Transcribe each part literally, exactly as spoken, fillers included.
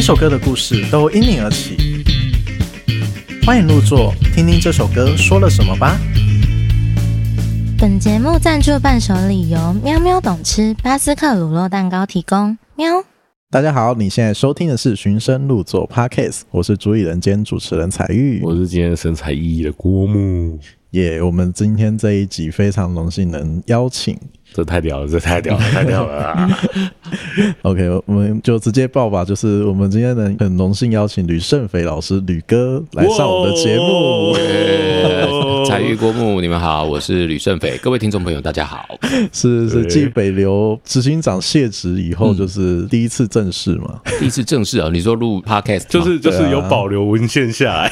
首歌的故事都因你而起。欢迎入座，听听这首歌说了什么吧。 本节目赞助伴手礼由喵喵懂吃巴斯克乳酪蛋糕提供。喵。 大家好，你现在收听的是寻声入座 Podcast， 我是主理人兼主持人彩玉， 我是今天神采奕奕的郭木。 耶、yeah, 我们今天这一集非常荣幸能邀请， 这太屌了，这太屌了，太屌了、啊、 OK， 我们就直接报吧，就是我们今天能很荣幸邀请吕胜斐老师吕哥来上我们的节目。 彩玉郭木，你们好，我是吕胜斐，各位听众朋友大家好。 是是，继北流执行长卸职以后，就是第一次正式嘛？ 嗯、第一次正式啊？你说录 podcast， 就是就是有保留文献下来。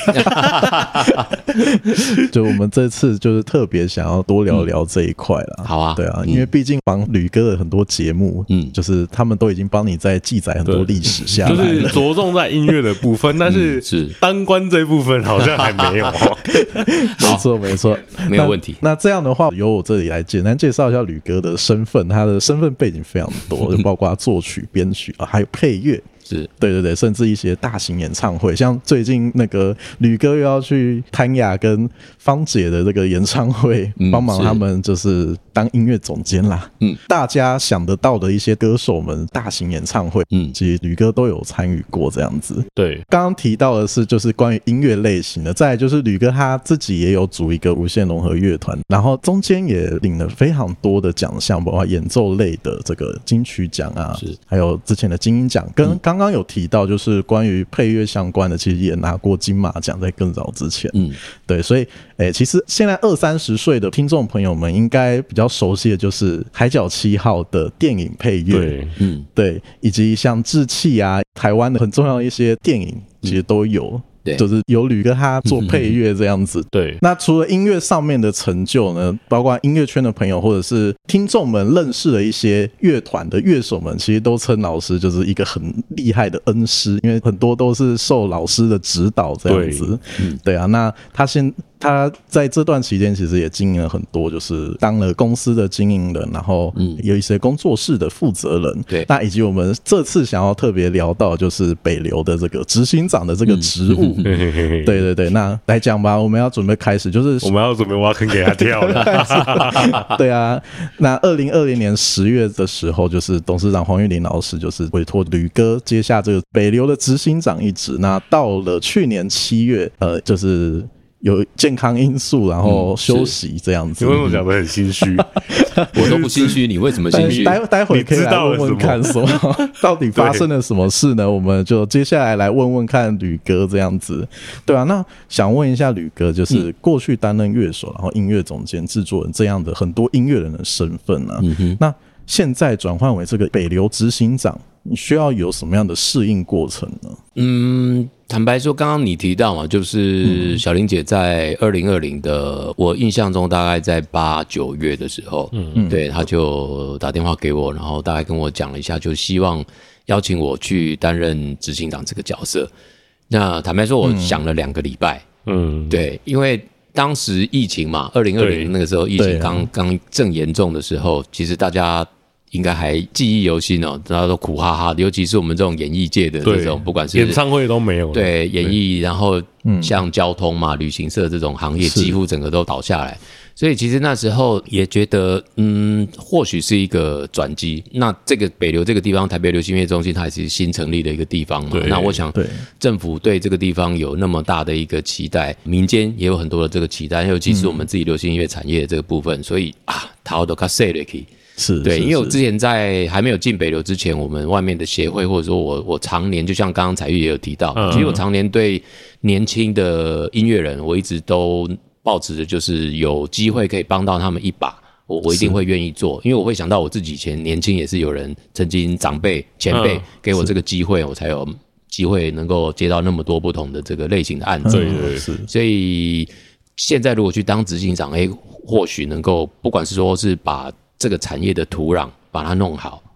就我们这次就是特别想要多聊聊这一块啦、嗯。 好啊， 对啊，因为毕竟帮吕哥的很多节目，嗯，就是他们都已经帮你在记载很多历史下来了， 就是着重在音乐的部分，但是是单关这部分好像还没有。 没错没错， 没有问题。 那, 那这样的话，由我这里来简单介绍一下吕哥的身份，他的身份背景非常多，就包括作曲、编曲啊，还有配乐。 是对对对，甚至一些大型演唱会，像最近那个吕哥又要去潘雅跟芳姐的这个演唱会，帮、嗯、忙他们就是当音乐总监啦。嗯，大家想得到的一些歌手们大型演唱会，嗯，其实吕哥都有参与过这样子。 对， 刚刚提到的是就是关于音乐类型的，再来就是吕哥他自己也有组一个无限融合乐团，然后中间也领了非常多的奖项，包括演奏类的这个金曲奖啊，还有之前的金鹰奖，跟刚刚刚刚有提到就是关于配乐相关的，其实也拿过金马奖，在更早之前。嗯，对，所以诶、欸，其实现在二三十岁的听众朋友们应该比较熟悉的就是《海角七号》的电影配乐， 对， 嗯，对，以及像《志气》啊，台湾的很重要的一些电影，其实都有。对，就是有吕哥他做配乐这样子、嗯。 对， 那除了音乐上面的成就呢，包括音乐圈的朋友或者是听众们认识的一些乐团的乐手们，其实都称老师就是一个很厉害的恩师，因为很多都是受老师的指导这样子。对，嗯、对啊，那他先。他在这段期间其实也经营了很多，就是当了公司的经营人，然后有一些工作室的负责人。对、嗯，那以及我们这次想要特别聊到就是北流的这个执行长的这个职务。嗯、对对对，那来讲吧，我们要准备开始，就是我们要准备挖坑给他跳了。 对啊，那二零二零年十月的时候，就是董事长黄玉玲老师就是委托吕哥接下这个北流的执行长一职。那到了去年七月，呃，就是。有健康因素，然后休息这样子。 你为什么讲得很心虚？ 我都不心虚，你为什么心虚？ 待待会可以来问问看什么，到底发生了什么事呢？我们就接下来来问问看吕哥这样子。对啊，那想问一下吕哥，就是过去担任乐手，然后音乐总监、制作人这样的很多音乐人的身份啊，嗯、那现在转换为这个北流执行长，你需要有什么样的适应过程呢？ 嗯。坦白说，刚刚你提到嘛，就是小玲姐在二零二零的，我印象中大概在八九月的时候，嗯，对，她就打电话给我，然后大概跟我讲了一下，就希望邀请我去担任执行长这个角色。那坦白说，我想了两个礼拜，嗯，对，因为当时疫情嘛，二零二零那个时候疫情刚刚正严重的时候，其实大家。应该还记忆犹新哦，大家都苦哈哈的，尤其是我们这种演艺界的这种，不管是演唱会都没有了， 对演艺，然后像交通嘛、旅行社这种行业，几乎整个都倒下来。所以其实那时候也觉得，嗯，或许是一个转机。那这个北流这个地方，台北流行音乐中心，它也是新成立的一个地方嘛。那我想，政府对这个地方有那么大的一个期待，民间也有很多的这个期待，尤其是我们自己流行音乐产业的这个部分，所以啊，他都卡塞了去。 是对，因为我之前在还没有进北流之前，我们外面的协会或者说我我常年就像刚刚彩玉也有提到，嗯、其实我常年对年轻的音乐人，我一直都抱持的就是有机会可以帮到他们一把，我我一定会愿意做，因为我会想到我自己以前年轻也是有人曾经长辈前辈给我这个机会，我才有机会能够接到那么多不同的这个类型的案子。 对对是， 所以现在如果去当执行长，哎，或许能够不管是说是把这个产业的土壤把它弄好，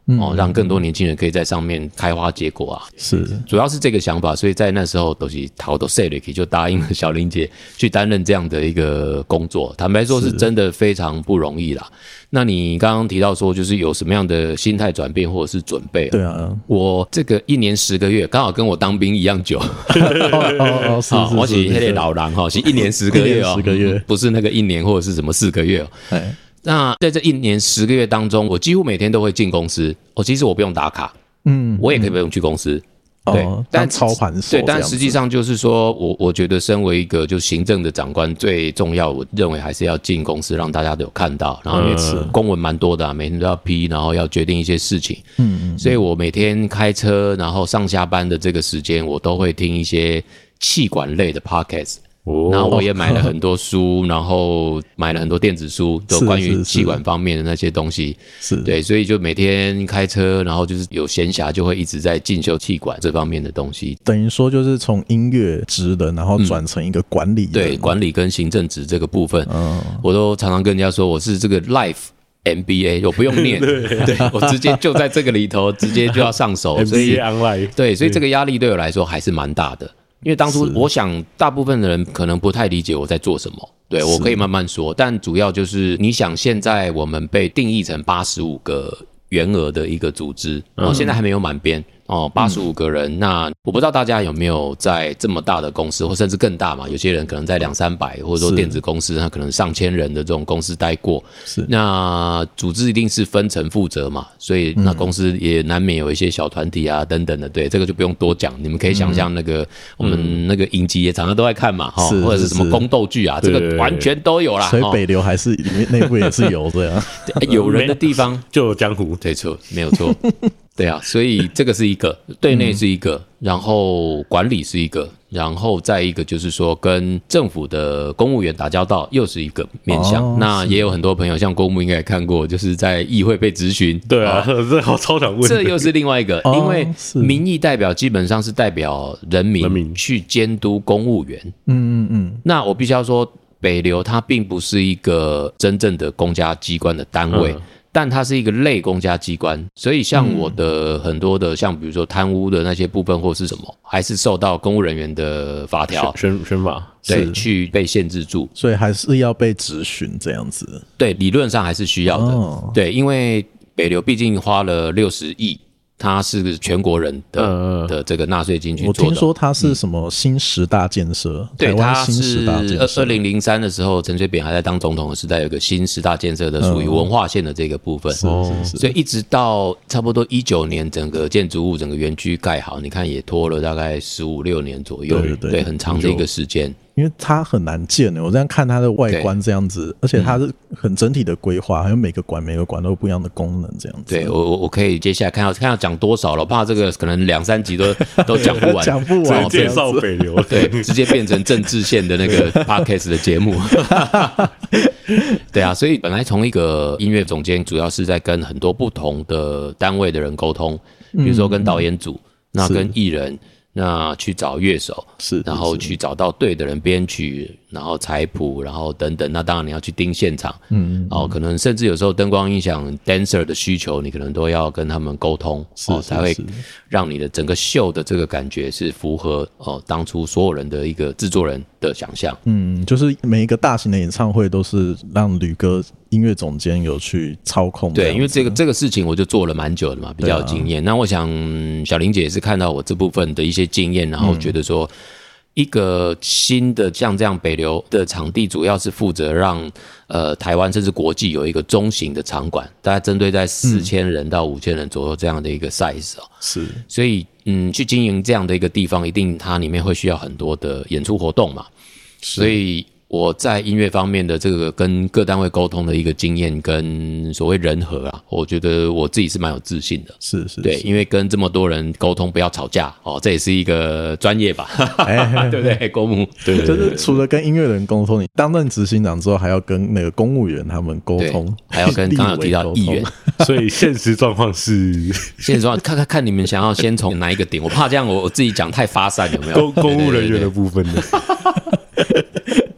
哦，让更多年轻人可以在上面开花结果啊。 是， 主要是这个想法，所以在那时候都是逃都 say 了，就答应了小林姐去担任这样的一个工作。坦白说，是真的非常不容易啦。那你刚刚提到说，就是有什么样的心态转变或者是准备？ 对啊， 我这个一年十个月，刚好跟我当兵一样久。 哦哦，是是是， 我是那个老人哈，是一年十个月哦， 十个月， 不是那个一年或者是什么四个月哦。 哎， 那在这一年十个月当中，我几乎每天都会进公司。哦，其实我不用打卡，嗯，我也可以不用去公司。对， 哦、 但操盘手对，但实际上就是说我我觉得身为一个就行政的长官，最重要，我认为还是要进公司，让大家都有看到，然后因为公文蛮多的、啊，每天都要批，然后要决定一些事情，嗯嗯，所以我每天开车，然后上下班的这个时间，我都会听一些企管类的 podcast。然后我也买了很多书，然后买了很多电子书，都关于企管方面的那些东西。 是， 对，所以就每天开车，然后就是有闲暇就会一直在进修企管这方面的东西。 等于说就是从音乐职人，然后转成一个管理人、嗯、 对，管理跟行政职这个部分，嗯，我都常常跟人家说我是这个 life M B A， 我不用念，对, 对我直接就在这个里头，直接就要上手。所以 M B A online， 对，所以这个压力对我来说还是蛮大的。因为当初我想大部分的人可能不太理解我在做什么，对，我可以慢慢说，但主要就是你想现在我们被定义成八十五个员额的一个组织，哦，现在还没有满编哦，八十五个人、嗯、那我不知道大家有没有在这么大的公司或甚至更大嘛，有些人可能在两三百或者说电子公司他可能上千人的这种公司待过， 是， 那组织一定是分层负责嘛，所以那公司也难免有一些小团体啊等等的，对，这个就不用多讲，你们可以想象那个、嗯、我们那个影集也常常都在看嘛， 是或者是什么宫斗剧啊，这个完全都有啦， 所以北流还是里面内部也是有这样有人的地方就有江湖， 对，错，没有错对啊，所以这个是一个，对内是一个、嗯、然后管理是一个，然后再一个就是说跟政府的公务员打交道又是一个面向、哦、那也有很多朋友像公务应该也看过，就是在议会被质询， 对啊、哦、这好超想问， 这又是另外一个、哦、因为民意代表基本上是代表人民去监督公务员， 嗯嗯嗯， 那我必须要说北流它并不是一个真正的公家机关的单位、嗯，但它是一个类公家机关，所以像我的很多的像比如说贪污的那些部分或是什么，还是受到公务人员的法条宣宣法， 对，去被限制住， 所以还是要被质询这样子。 对，理论上还是需要的。哦、对，因为北流毕竟花了六十亿。他是全国人的、呃、的这个纳税金去做的。 我听说他是什么新十大建设，嗯、台湾新十大建设。 对，他是二零零三的时候，陈水扁还在当总统的时代，有个新十大建设的属于文化线的这个部分。 是是是。 所以一直到差不多一九年，整个建筑物、整个园区盖好，你看也拖了大概十五六年左右， 对对对， 对，很长的一个时间。 因为它很难建的，我这样看它的外观这样子，而且它是很整体的规划，还有每个馆每个馆都有不一样的功能，这样子。 对，我我可以接下来看要看要讲多少了，我怕这个可能两三集都都讲不完， 讲不完， 介绍北流， 对，直接变成政治线的那个 podcast 的节目。对啊，所以本来从一个音乐总监，主要是在跟很多不同的单位的人沟通，比如说跟导演组，嗯、那跟艺人。那去找乐手， 是， 然后去找到对的人编曲，然后采谱，然后等等。那当然你要去盯现场，嗯，然后可能甚至有时候灯光音响 dancer 的需求，你可能都要跟他们沟通， 是哦，才会让你的整个秀的这个感觉是符合哦当初所有人的一个制作人的想象。 嗯，就是每一个大型的演唱会都是让吕哥音乐总监有去操控。 对，因为这个这个事情我就做了蛮久的嘛，比较有经验。啊、那我想小林姐也是看到我这部分的一些经验，然后觉得说。嗯，一个新的像这样北流的场地，主要是负责让呃台湾甚至国际有一个中型的场馆，大概针对在四千人到五千人左右这样的一个 size 哦。 是， 所以嗯，去经营这样的一个地方，一定它里面会需要很多的演出活动嘛，所以。我在音乐方面的这个跟各单位沟通的一个经验跟所谓人和啊，我觉得我自己是蛮有自信的。 是 是, 是， 对，因为跟这么多人沟通不要吵架哦，这也是一个专业吧，哎、对不对？公务对, 对, 对, 对， 就是除了跟音乐人沟通，你当任执行长之后，还要跟那个公务员他们沟通， 还要跟刚刚有提到议员， 所以现实状况是， 现实状况看看看你们想要先从哪一个点，我怕这样我我自己讲太发散，有没有？ 公公务人员的部分的。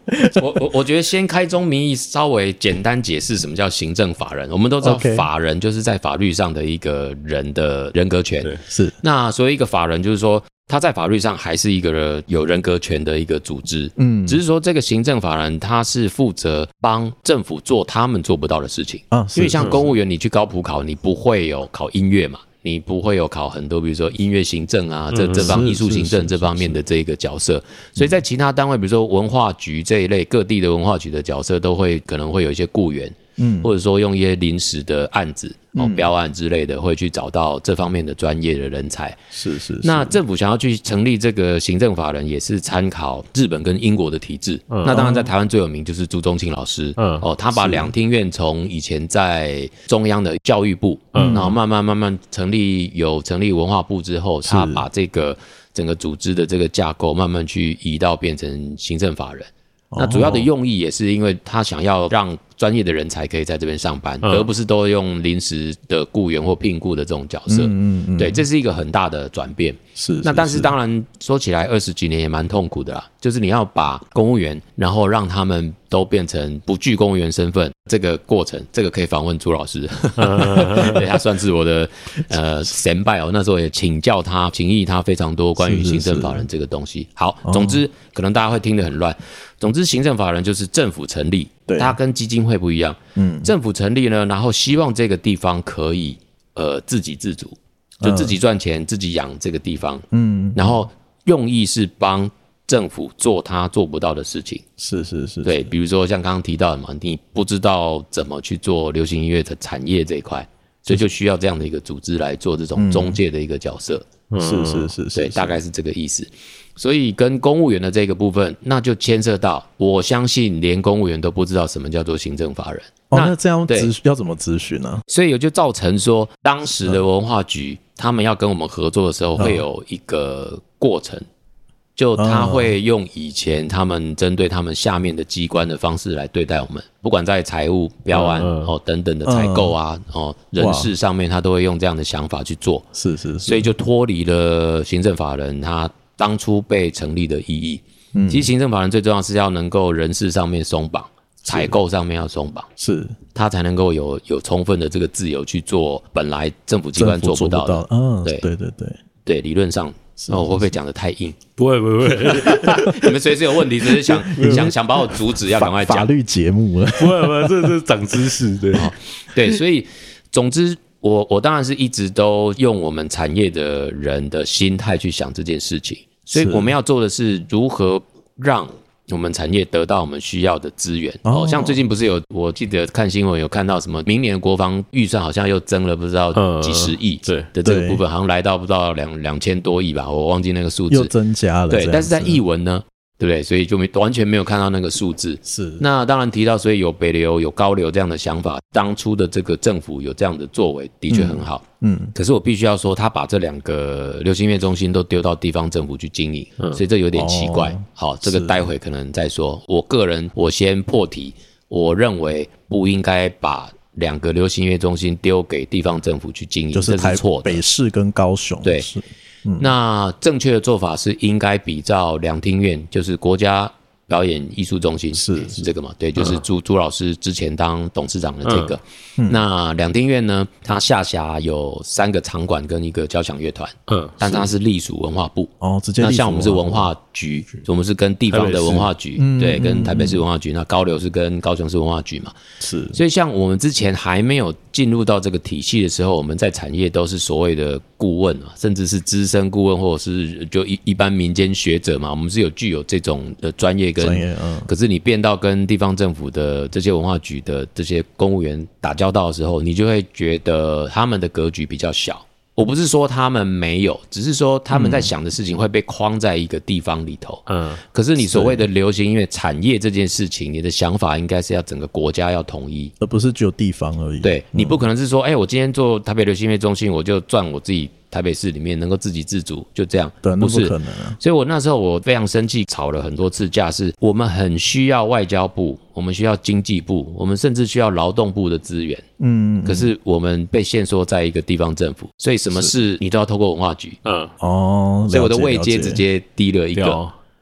我我我觉得先开宗明义，稍微简单解释什么叫行政法人。我们都知道法人就是在法律上的一个人的人格权， 是。 那所谓一个法人，就是说他在法律上还是一个有人格权的一个组织，嗯，只是说这个行政法人他是负责帮政府做他们做不到的事情啊，因为像公务员，你去高普考，你不会有考音乐嘛。你不会有考很多，比如说音乐行政啊，这这方艺术行政这方面的这一个角色，所以在其他单位，比如说文化局这一类各地的文化局的角色，都会可能会有一些雇员，嗯，或者说用一些临时的案子。哦，标案之类的，会去找到这方面的专业的人才。 是 是, 是。 那政府想要去成立这个行政法人，也是参考日本跟英国的体制。嗯、那当然，在台湾最有名就是朱宗庆老师。嗯，哦，他把两厅院从以前在中央的教育部，嗯，然后慢慢慢慢成立有成立文化部之后，他把这个整个组织的这个架构慢慢去移到变成行政法人。那主要的用意也是因为他想要让专业的人才可以在这边上班，嗯、而不是都用临时的雇员或聘雇的这种角色。嗯嗯嗯，对，这是一个很大的转变。 是, 是， 那但是当然说起来，二十几年也蛮痛苦的啦。就是你要把公务员，然后让他们都变成不具公务员身份，这个过程，这个可以访问朱老师。对，他算是我的呃前辈哦，那时候也请教他、请益他非常多关于行政法人这个东西。好，总之、哦、可能大家会听得很乱。总之，行政法人就是政府成立，它跟基金会不一样。嗯，政府成立呢，然后希望这个地方可以呃自给自足，就自己赚钱、嗯、自己养这个地方。嗯，然后用意是帮政府做他做不到的事情。 是是 是, 是， 对，比如说像刚刚提到的嘛，你不知道怎么去做流行音乐的产业这一块，所以就需要这样的一个组织来做这种中介的一个角色。 嗯、是是是是， 对，大概是这个意思。所以跟公务员的这个部分，那就牵涉到，我相信连公务员都不知道什么叫做行政法人。 哦，那这样要怎么咨询呢？ 所以也就造成说，当时的文化局、嗯、他们要跟我们合作的时候，会有一个过程。嗯，就他会用以前他们针对他们下面的机关的方式来对待我们，不管在财务、标案、嗯哦、等等的采购啊、嗯哦、人事上面，他都会用这样的想法去做。 是是是， 所以就脱离了行政法人他当初被成立的意义。嗯，其实行政法人最重要是要能够人事上面松绑，采购上面要松绑，是他才能够有有充分的这个自由去做本来政府机关做不到的。 嗯，对对对对对，理论上。那、哦、我会不会讲得太硬？ 不会不会不会， 你们随时有问题，只是想想想把我阻止，要赶快讲。 法律节目了， 不会不会，这这长知识，对、哦、 对，所以总之我我当然是一直都用我们产业的人的心态去想这件事情，所以我们要做的是如何让我们产业得到我们需要的资源。哦，像最近不是有，我记得看新闻有看到什么，明年国防预算好像又增了不知道几十亿的这个部分，好像来到不到两两千多亿吧，我忘记那个数字， 又增加了。 对，但是在艺文呢？对不对？所以就没完全没有看到那个数字。 是， 那当然提到，所以有北流、有高流这样的想法，当初的这个政府有这样的作为，的确很好。嗯，嗯可是我必须要说，他把这两个流行音乐中心都丢到地方政府去经营，嗯、所以这有点奇怪。哦、好，这个待会可能再说。我个人，我先破题，我认为不应该把两个流行音乐中心丢给地方政府去经营， 就是这是错的。 北市跟高雄， 对。嗯、那正确的做法是应该比照两厅院，就是国家表演艺术中心，是是这个嘛？对，就是朱、嗯、朱老师之前当董事长的这个。嗯、那两厅院呢，它下辖有三个场馆跟一个交响乐团，嗯，但它是隶属文化部。 哦，直接那像我们是文化局，我们是跟地方的文化局，对，跟台北市文化局。嗯、那高流是跟高雄市文化局嘛？是。所以像我们之前还没有进入到这个体系的时候，我们在产业都是所谓的顾问啊，甚至是资深顾问，或者是就一一般民间学者嘛，我们是有具有这种的专业跟，嗯、可是你变到跟地方政府的这些文化局的这些公务员打交道的时候，你就会觉得他们的格局比较小。我不是说他们没有，只是说他们在想的事情会被框在一个地方里头。嗯，可是你所谓的流行音乐产业这件事情，你的想法应该是要整个国家要统一， 而不是只有地方而已。 对，你不可能是说，哎、欸，我今天做台北流行音乐中心，我就赚我自己台北市里面能够自给自足，就这样。 对， 不是那不可能啊。 所以我那时候我非常生气，吵了很多次架，是我们很需要外交部，我们需要经济部，我们甚至需要劳动部的资源。嗯，可是我们被限缩在一个地方政府，所以什么事你都要透过文化局。嗯，哦，所以我的位阶直接低了一个。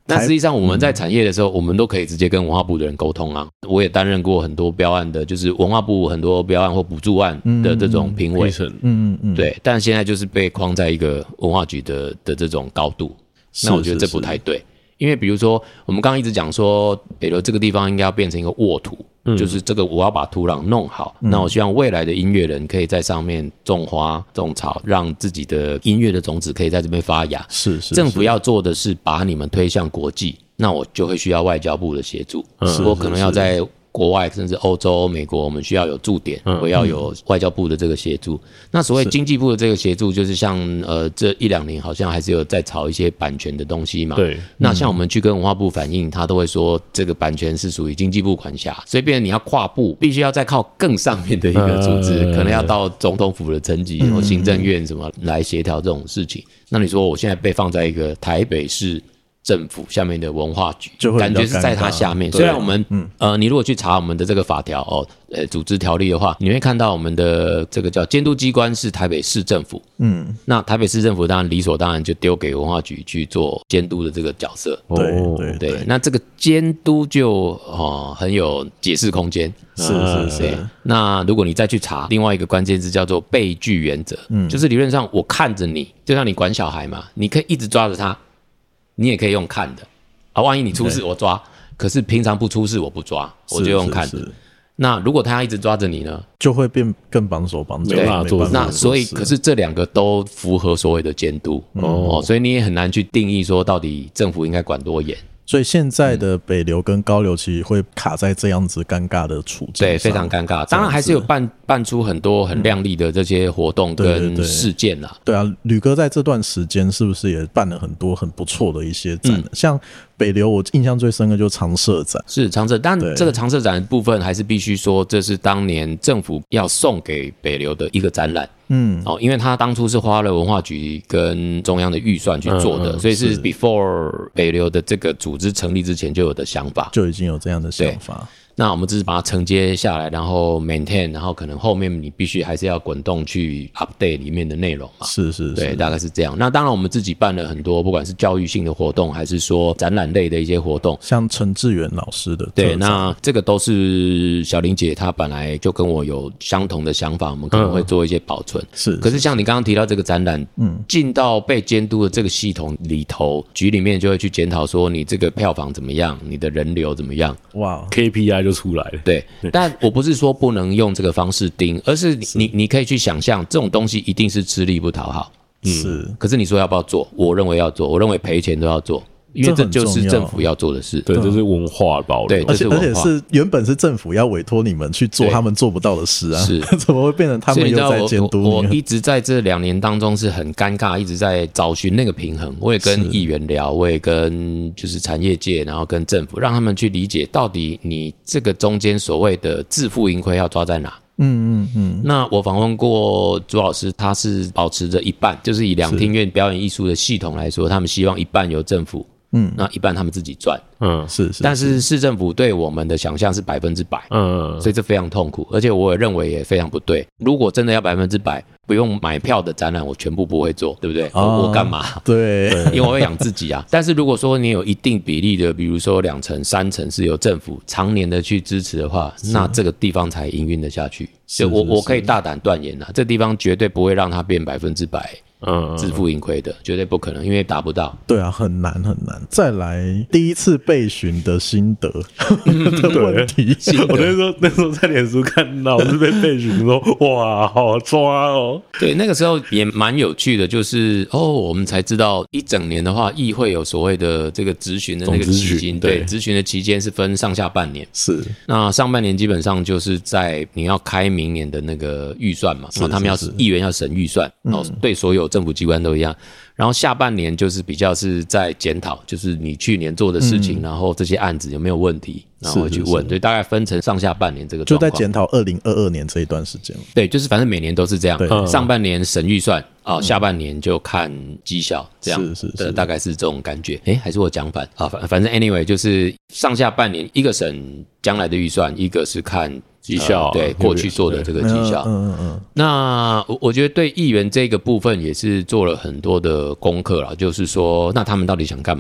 那实际上我们在产业的时候，我们都可以直接跟文化部的人沟通啊。我也担任过很多标案的，就是文化部很多标案或补助案的这种评委，嗯嗯嗯，对。但现在就是被框在一个文化局的的这种高度，那我觉得这不太对。因为比如说我们刚刚一直讲说北流这个地方应该要变成一个沃土，嗯、就是这个我要把土壤弄好、嗯、那我希望未来的音乐人可以在上面种花种草，让自己的音乐的种子可以在这边发芽。 是 是, 是政府要做的是把你们推向国际，那我就会需要外交部的协助、嗯、我可能要在国外甚至欧洲美国我们需要有驻点、嗯、我要有外交部的这个协助、嗯、那所谓经济部的这个协助就是像呃这一两年好像还是有在炒一些版权的东西嘛，对，那像我们去跟文化部反映，他都会说这个版权是属于经济部管辖，所以变成你要跨部必须要再靠更上面的一个组织、嗯、可能要到总统府的层级或行政院什么来协调这种事情、嗯、那你说我现在被放在一个台北市政府下面的文化局，感觉是在它下面。虽然我们、嗯、呃，你如果去查我们的这个法条哦，呃，组织条例的话，你会看到我们的这个叫监督机关是台北市政府。嗯，那台北市政府当然理所当然就丢给文化局去做监督的这个角色。 对对 对, 对，那这个监督就哦很有解释空间。 是是是、 嗯。那如果你再去查另外一个关键字叫做被拒原则，嗯，就是理论上我看着你，就像你管小孩嘛，你可以一直抓着他。你也可以用看的啊，万一你出事我抓，可是平常不出事我不抓，我就用看的。是是是，那如果他要一直抓着你呢， 就会变更绑手绑脚， 没办法做。那所以，可是这两个都符合所谓的监督、嗯、哦，所以你也很难去定义说到底政府应该管多严。 所以现在的北流跟高流其实会卡在这样子尴尬的处境上， 对，非常尴尬。当然还是有办办出很多很亮丽的这些活动跟事件啦。 嗯、对, 对, 对, 对啊，吕哥在这段时间是不是也办了很多很不错的一些展、嗯、像北流我印象最深刻就是常设展， 是常设，但这个常设展的部分还是必须说这是当年政府要送给北流的一个展览。嗯，哦，因为他当初是花了文化局跟中央的预算去做的，嗯嗯，所以是 before 北流的这个组织成立之前就有的想法， 就已经有这样的想法。 那我们只是把它承接下来，然后 maintain， 然后可能后面你必须还是要滚动去 update 里面的内容嘛。 是是是， 对，大概是这样。那当然我们自己办了很多，不管是教育性的活动，还是说展览类的一些活动， 像陈志远老师的， 对，那这个都是小玲姐她本来就跟我有相同的想法，我们可能会做一些保存。嗯、是, 是，可是像你刚刚提到这个展览，嗯，进到被监督的这个系统里头，局里面就会去检讨说你这个票房怎么样，你的人流怎么样， 哇 ，K P I 就出来了。 对，但我不是说不能用这个方式盯，而是 你, 是你你可以去想象，这种东西一定是吃力不讨好。嗯，是。可是你说要不要做？我认为要做，我认为赔钱都要做。因为这就是政府要做的事， 对，这是文化保留， 对， 而且而且是原本是政府要委托你们去做他们做不到的事啊，是怎么会变成他们又在监督你？ 我, 我, 我一直在这两年当中是很尴尬，一直在找寻那个平衡。我也跟议员聊，我也跟就是产业界，然后跟政府，让他们去理解到底你这个中间所谓的自负盈亏要抓在哪。嗯嗯嗯，那我访问过朱老师，他是保持着一半，就是以两厅院表演艺术的系统来说，他们希望一半由政府。嗯，那一半他们自己赚，嗯，是是，但是市政府对我们的想象是百分之百，嗯，所以这非常痛苦，而且我也认为也非常不对。如果真的要百分之百不用买票的展览，我全部不会做，对不对？哦、我干嘛？ 对， 因为我会养自己啊。但是如果说你有一定比例的，比如说两成、三成是由政府常年的去支持的话，那这个地方才营运得下去。所以我我可以大胆断言啊，这地方绝对不会让它变百分之百。嗯，自负盈亏的绝对不可能，因为达不到。 对啊，很难很难。再来，第一次备询的心得的问题。 我那时候那时候在脸书看到是被备询说，哇，好抓哦。 对，那个时候也蛮有趣的，就是哦，我们才知道一整年的话，议会有所谓的这个质询的那个期间，对，质询的期间是分上下半年。 是， 那上半年基本上就是在你要开明年的那个预算嘛，然后他们要议员要审预算，然后对所有政府机关都一样，然后下半年就是比较是在检讨，就是你去年做的事情、嗯、然后这些案子有没有问题，然后去问，对，大概分成上下半年这个状况， 就在检讨二零二二年这一段时间。 对，就是反正每年都是这样，嗯、上半年审预算啊、哦，下半年就看绩效，这样，是是是，大概是这种感觉。哎，还是我讲反啊，反反正 anyway 就是上下半年一个审将来的预算，一个是看绩效、呃，对，过去做的这个绩效。嗯嗯嗯。那我我觉得对议员这个部分也是做了很多的功课啦，就是说，那他们到底想干嘛？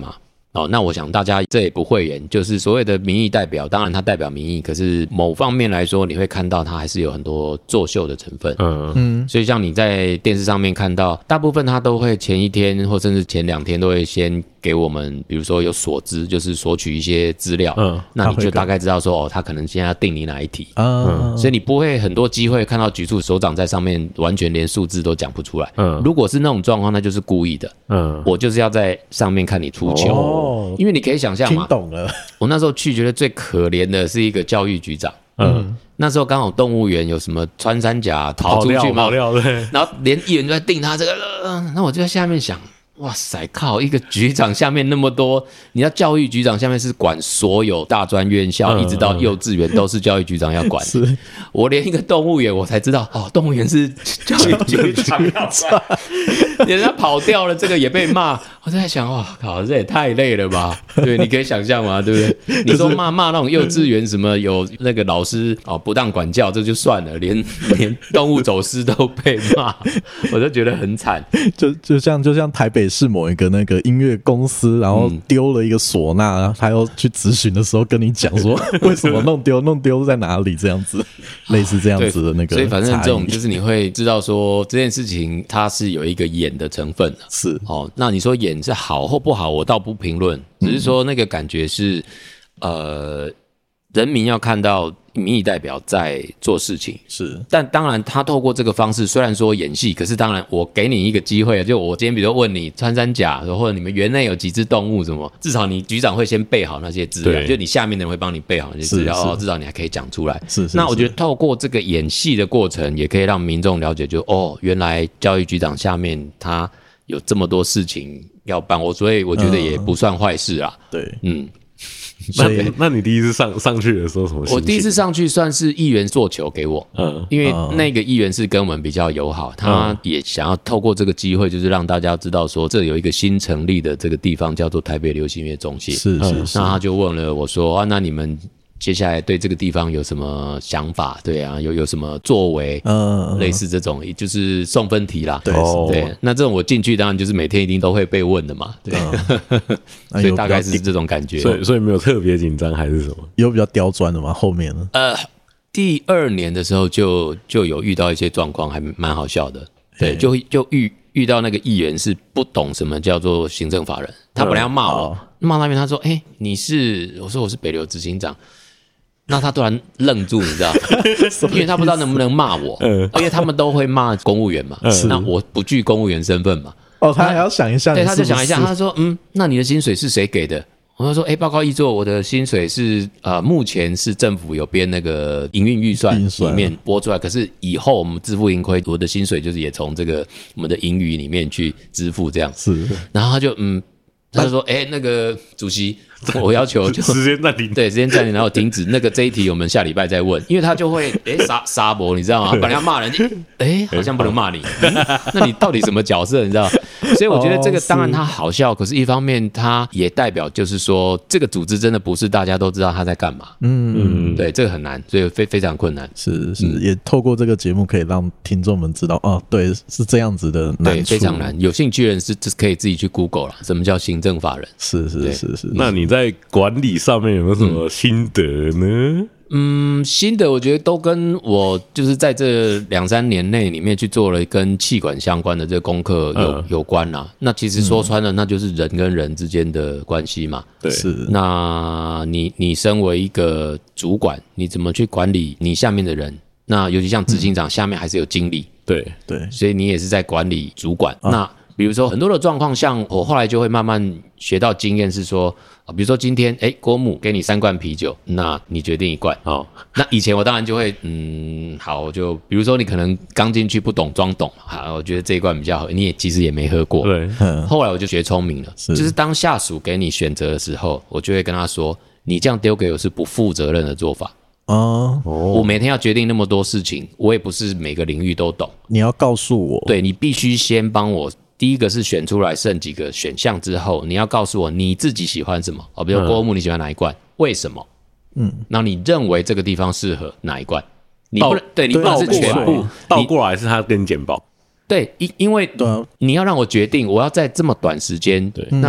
哦，那我想大家这也不讳言，就是所谓的民意代表，当然它代表民意，可是某方面来说，你会看到它还是有很多作秀的成分。嗯嗯，所以像你在电视上面看到，大部分它都会前一天或甚至前两天都会先给我们，比如说有索资，就是索取一些资料，嗯，那你就大概知道说，哦，他可能现在要定你哪一题，嗯，所以你不会很多机会看到局处首长在上面完全连数字都讲不出来。嗯，如果是那种状况，那就是故意的。嗯，我就是要在上面看你出糗。哦，因为你可以想象嘛， 听懂了。 我那时候去觉得最可怜的是一个教育局长，嗯，那时候刚好动物园有什么穿山甲逃出去嘛，然后连议员都在定他这个，呃、那我就在下面想。哇塞，靠！一个局长下面那么多，你要教育局长下面是管所有大专院校，嗯、一直到幼稚园都是教育局长要管。是，我连一个动物园我才知道，哦，动物园是教育局长要管，人家跑掉了，这个也被骂。我在想，哇靠，这也太累了吧？对，你可以想象嘛，对不对？你说骂骂那种幼稚园什么有那个老师哦不当管教，这就算了，连连动物走失都被骂，我就觉得很惨。 就就像就像台北。是某一个那个音乐公司，然后丢了一个唢呐，然后他要去咨询的时候跟你讲说为什么弄丢，弄丢在哪里，这样子，类似这样子的那个。 所以反正这种就是你会知道说这件事情它是有一个演的成分的， 是哦。那你说演是好或不好，我倒不评论，只是说那个感觉是呃，人民要看到。民意代表在做事情是， 但当然他透过这个方式，虽然说演戏，可是当然我给你一个机会，就我今天比如问你穿山甲，或者你们园内有几只动物什么，至少你局长会先备好那些资料，就你下面的人会帮你备好那些资料，哦，至少你还可以讲出来。 是是是， 那我觉得透过这个演戏的过程，也可以让民众了解就，就哦，原来教育局长下面他有这么多事情要办，我所以我觉得也不算坏事啦。 嗯、对， 嗯。 那那你第一次上上去的时候什么心情？ 我第一次上去算是议员做球给我，嗯，因为那个议员是跟我们比较友好，他也想要透过这个机会，就是让大家知道说，这有一个新成立的这个地方叫做台北流行音乐中心， 是是是。 那他就问了我说啊，那你们接下来对这个地方有什么想法？对啊，有有什么作为？嗯，类似这种，就是送分题啦。 对、 哦、对，那这种我进去当然就是每天一定都会被问的嘛。对，嗯、所以大概是这种感觉。 所以所以没有特别紧张还是什么？ 有比较刁钻的吗？后面呢？ 呃，第二年的时候就就有遇到一些状况，还蛮好笑的。对，就就遇遇到那个议员是不懂什么叫做行政法人，他本来要骂我，骂、嗯、那边他说：“哎、欸，你是？”我说：“我是北流执行长。”那他突然愣住，你知道，因为他不知道能不能骂我，嗯、因为他们都会骂公务员嘛，嗯、那我不具公务员身份嘛。 哦，他还要想一下， 对，他就想一下，他说：“嗯，那你的薪水是谁给的？”我就说：“哎、欸，报告议座，我的薪水是呃，目前是政府有编那个营运预算里面拨出来，可是以后我们自负盈亏，我的薪水就是也从这个我们的盈余里面去支付这样。”是，然后他就嗯。他就说：“哎、欸，那个主席，我要求就时间暂停， 对，时间暂停，然后停止。那个这一题我们下礼拜再问，因为他就会哎杀杀博，你知道吗？本来要骂人，哎、欸，好像不能骂你，那你到底什么角色？你知道？所以我觉得这个当然他好笑，可是一方面他也代表就是说，这个组织真的不是大家都知道他在干嘛。嗯嗯，对，这个很难，所以非非常困难。 是是、嗯，也透过这个节目可以让听众们知道，哦，对，是这样子的难处， 对，非常难。有兴趣的人是可以自己去 Google 啦，什么叫行政法人？ 是是是 是, 是。 那你在管理上面有没有什么心得呢？ 嗯，新的我觉得都跟我就是在这两三年内里面去做了跟企管相关的这个功课有、嗯、有关啦。那其实说穿了，那就是人跟人之间的关系嘛。 对， 是。 那你你身为一个主管，你怎么去管理你下面的人？那尤其像执行长、嗯、下面还是有经理， 对对， 所以你也是在管理主管。啊、那比如说很多的状况，像我后来就会慢慢学到经验是说，比如说今天哎，郭母给你三罐啤酒，那你决定一罐。哦，那以前我当然就会嗯，好，我就比如说你可能刚进去不懂装懂，好，我觉得这一罐比较好，你也其实也没喝过。对，后来我就学聪明了，是就是当下属给你选择的时候，我就会跟他说，你这样丢给我是不负责任的做法。哦，我每天要决定那么多事情，我也不是每个领域都懂。 你要告诉我， 对，你必须先帮我。第一个是选出来剩几个选项之后，你要告诉我你自己喜欢什么。哦，比如郭木你喜欢哪一罐？为什么？嗯，那你认为这个地方适合哪一罐？你不能对你不能是全部倒过来是他跟你简报。 对，因因为你要让我决定，我要在这么短时间，对，那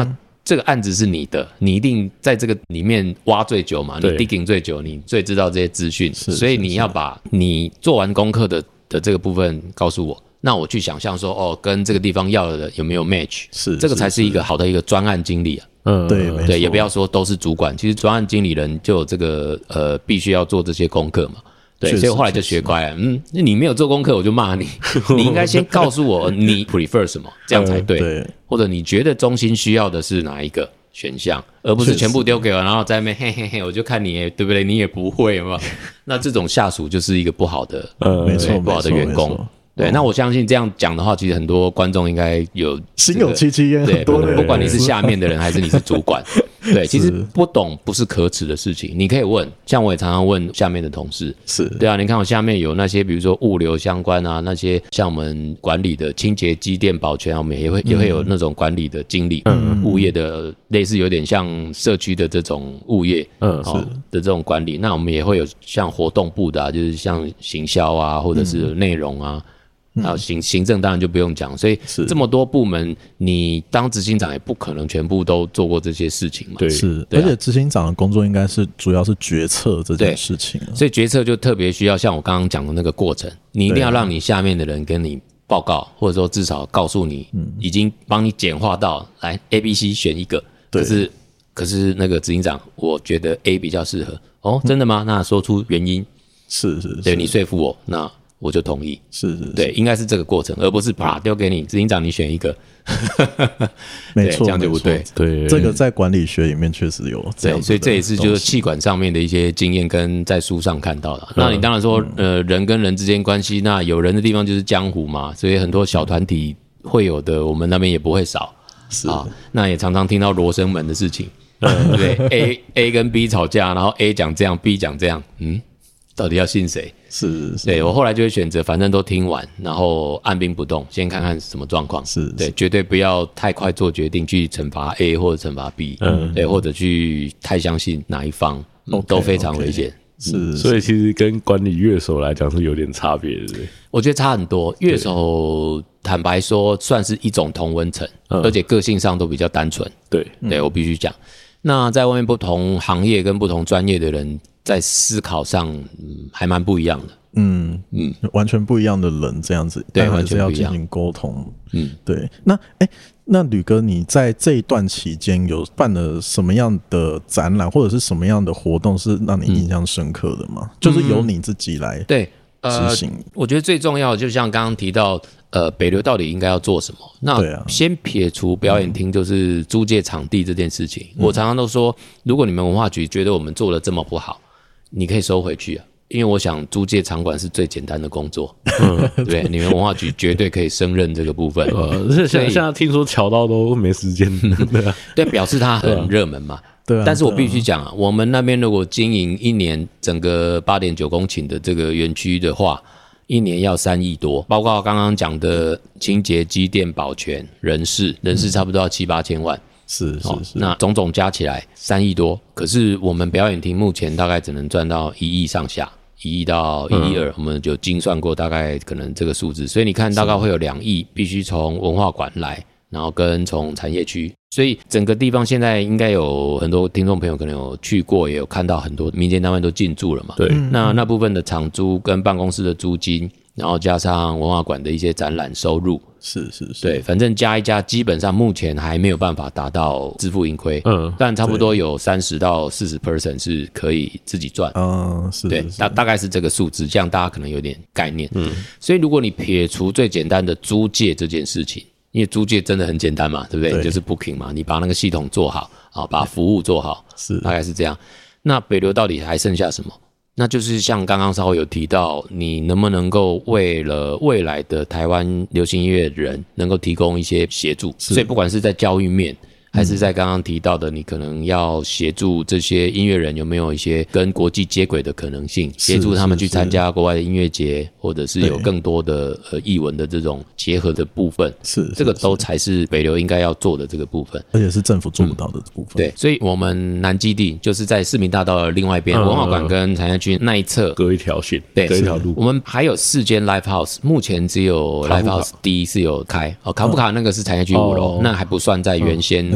这个案子是你的，你一定在这个里面挖最久嘛，你 digging 最久，你最知道这些资讯，所以你要把你做完功课的的这个部分告诉我。那我去想象说，哦，跟这个地方要的有没有 match？ 是，这个才是一个好的一个专案经理啊。 嗯，对， 对，也不要说都是主管，其实专案经理人就有这个呃，必须要做这些功课嘛。对，所以后来就学乖了。嗯，你没有做功课，我就骂你。你应该先告诉我你 prefer 什么，这样才对。对，或者你觉得中心需要的是哪一个选项，而不是全部丢给我，然后在那边嘿嘿嘿，我就看你也对不对？你也不会嘛。那这种下属就是一个不好的，呃，没错，不好的员工。对，那我相信这样讲的话，其实很多观众应该有、這個、 心有戚戚焉。 对，不不管你是下面的人还是你是主管，对，其实不懂不是可耻的事情。你可以问，像我也常常问下面的同事，是对啊，你看我下面有那些，比如说物流相关啊，那些像我们管理的清洁、机电、保全，我们也会、嗯、也会有那种管理的经理，嗯，物业的类似有点像社区的这种物业，嗯，哦、的这种管理。那我们也会有像活动部的、啊，就是像行销啊，或者是内容啊。还有行行政当然就不用讲，所以这么多部门，你当执行长也不可能全部都做过这些事情嘛。 对，是，对啊、而且执行长的工作应该是主要是决策这件事情、啊， 所以决策就特别需要像我刚刚讲的那个过程，你一定要让你下面的人跟你报告，或者说至少告诉你，已经帮你简化到来 A、B、C 选一个，可是可是那个执行长，我觉得 A 比较适合。哦，真的吗？那说出原因， 是是是， 对你说服我，那我就同意。 是是是， 对，应该是这个过程，而不是啪丢给你执行长，你选一个。 没错， 这样就不对。 对，这个在管理学里面确实有这样子的。 对，所以这也是就是企管上面的一些经验跟在书上看到的。嗯、那你当然说，呃，人跟人之间关系，那有人的地方就是江湖嘛，所以很多小团体会有的，我们那边也不会少。是啊，那也常常听到罗生门的事情。嗯、对 ，A A 跟 B 吵架，然后 A 讲这样 ，B 讲这样，嗯，到底要信谁？ 是，是， 对我后来就会选择，反正都听完，然后按兵不动，先看看什么状况。是，对，绝对不要太快做决定去惩罚 A 或者惩罚 B， 嗯，对，或者去太相信哪一方，嗯 okay, 都非常危险。 Okay, 是，所以其实跟管理乐手来讲是有点差别的。 我觉得差很多，乐手坦白说算是一种同温层，嗯、而且个性上都比较单纯。对，对我必须讲。那在外面不同行业跟不同专业的人在思考上、嗯、还蛮不一样的。嗯嗯，完全不一样的人这样子，对，完全要进行沟通。嗯，对。那哎、欸，那吕哥，你在这一段期间有办了什么样的展览，或者是什么样的活动是让你印象深刻的吗？嗯、就是由你自己来对执行、呃。我觉得最重要的，就像刚刚提到。呃，北流到底应该要做什么？那先撇除表演厅就是租借场地这件事情，嗯、我常常都说，如果你们文化局觉得我们做的这么不好，你可以收回去啊，因为我想租借场馆是最简单的工作，嗯、对，你们文化局绝对可以胜任这个部分。 呃，现现在听说乔到都没时间， 对，表示它很热门嘛。对啊，但是我必须讲啊，我们那边如果经营一年整个 八点九公顷的这个园区的话。一年要三亿多，包括刚刚讲的清洁、机电、保全、人事，人事差不多要七八千万， 是是是、哦， 那种种加起来三亿多。可是我们表演厅目前大概只能赚到一亿上下，一亿到一亿二，我们就精算过，大概可能这个数字。所以你看，大概会有两亿，必须从文化馆来，然后跟从产业区。所以整个地方现在应该有很多听众朋友可能有去过，也有看到很多民间单位都进驻了嘛。对，那那部分的场租跟办公室的租金，然后加上文化馆的一些展览收入， 是是是， 对，反正加一加，基本上目前还没有办法达到自负盈亏。嗯，但差不多有三十到四十 percent 是可以自己赚。嗯，是，对，大大概是这个数字，这样大家可能有点概念。嗯，所以如果你撇除最简单的租借这件事情。因为租借真的很简单嘛，对不对？对，就是 booking 嘛，你把那个系统做好啊，把服务做好，是大概是这样。那北流到底还剩下什么？那就是像刚刚稍微有提到，你能不能够为了未来的台湾流行音乐人能够提供一些协助？所以不管是在教育面，还是在刚刚提到的，你可能要协助这些音乐人有没有一些跟国际接轨的可能性，协助他们去参加国外的音乐节，或者是有更多的呃艺文的这种结合的部分，是这个都才是北流应该要做的这个部分， 而且是政府做不到的部分。嗯、 对，所以我们南基地就是在市民大道的另外一边，嗯、文化馆跟产业区那一侧隔一条线， 对， 隔一条路。 我们还有四间 live house， 目前只有 live house D 是有开哦，卡夫卡那个是产业区五楼，嗯、那还不算在原先。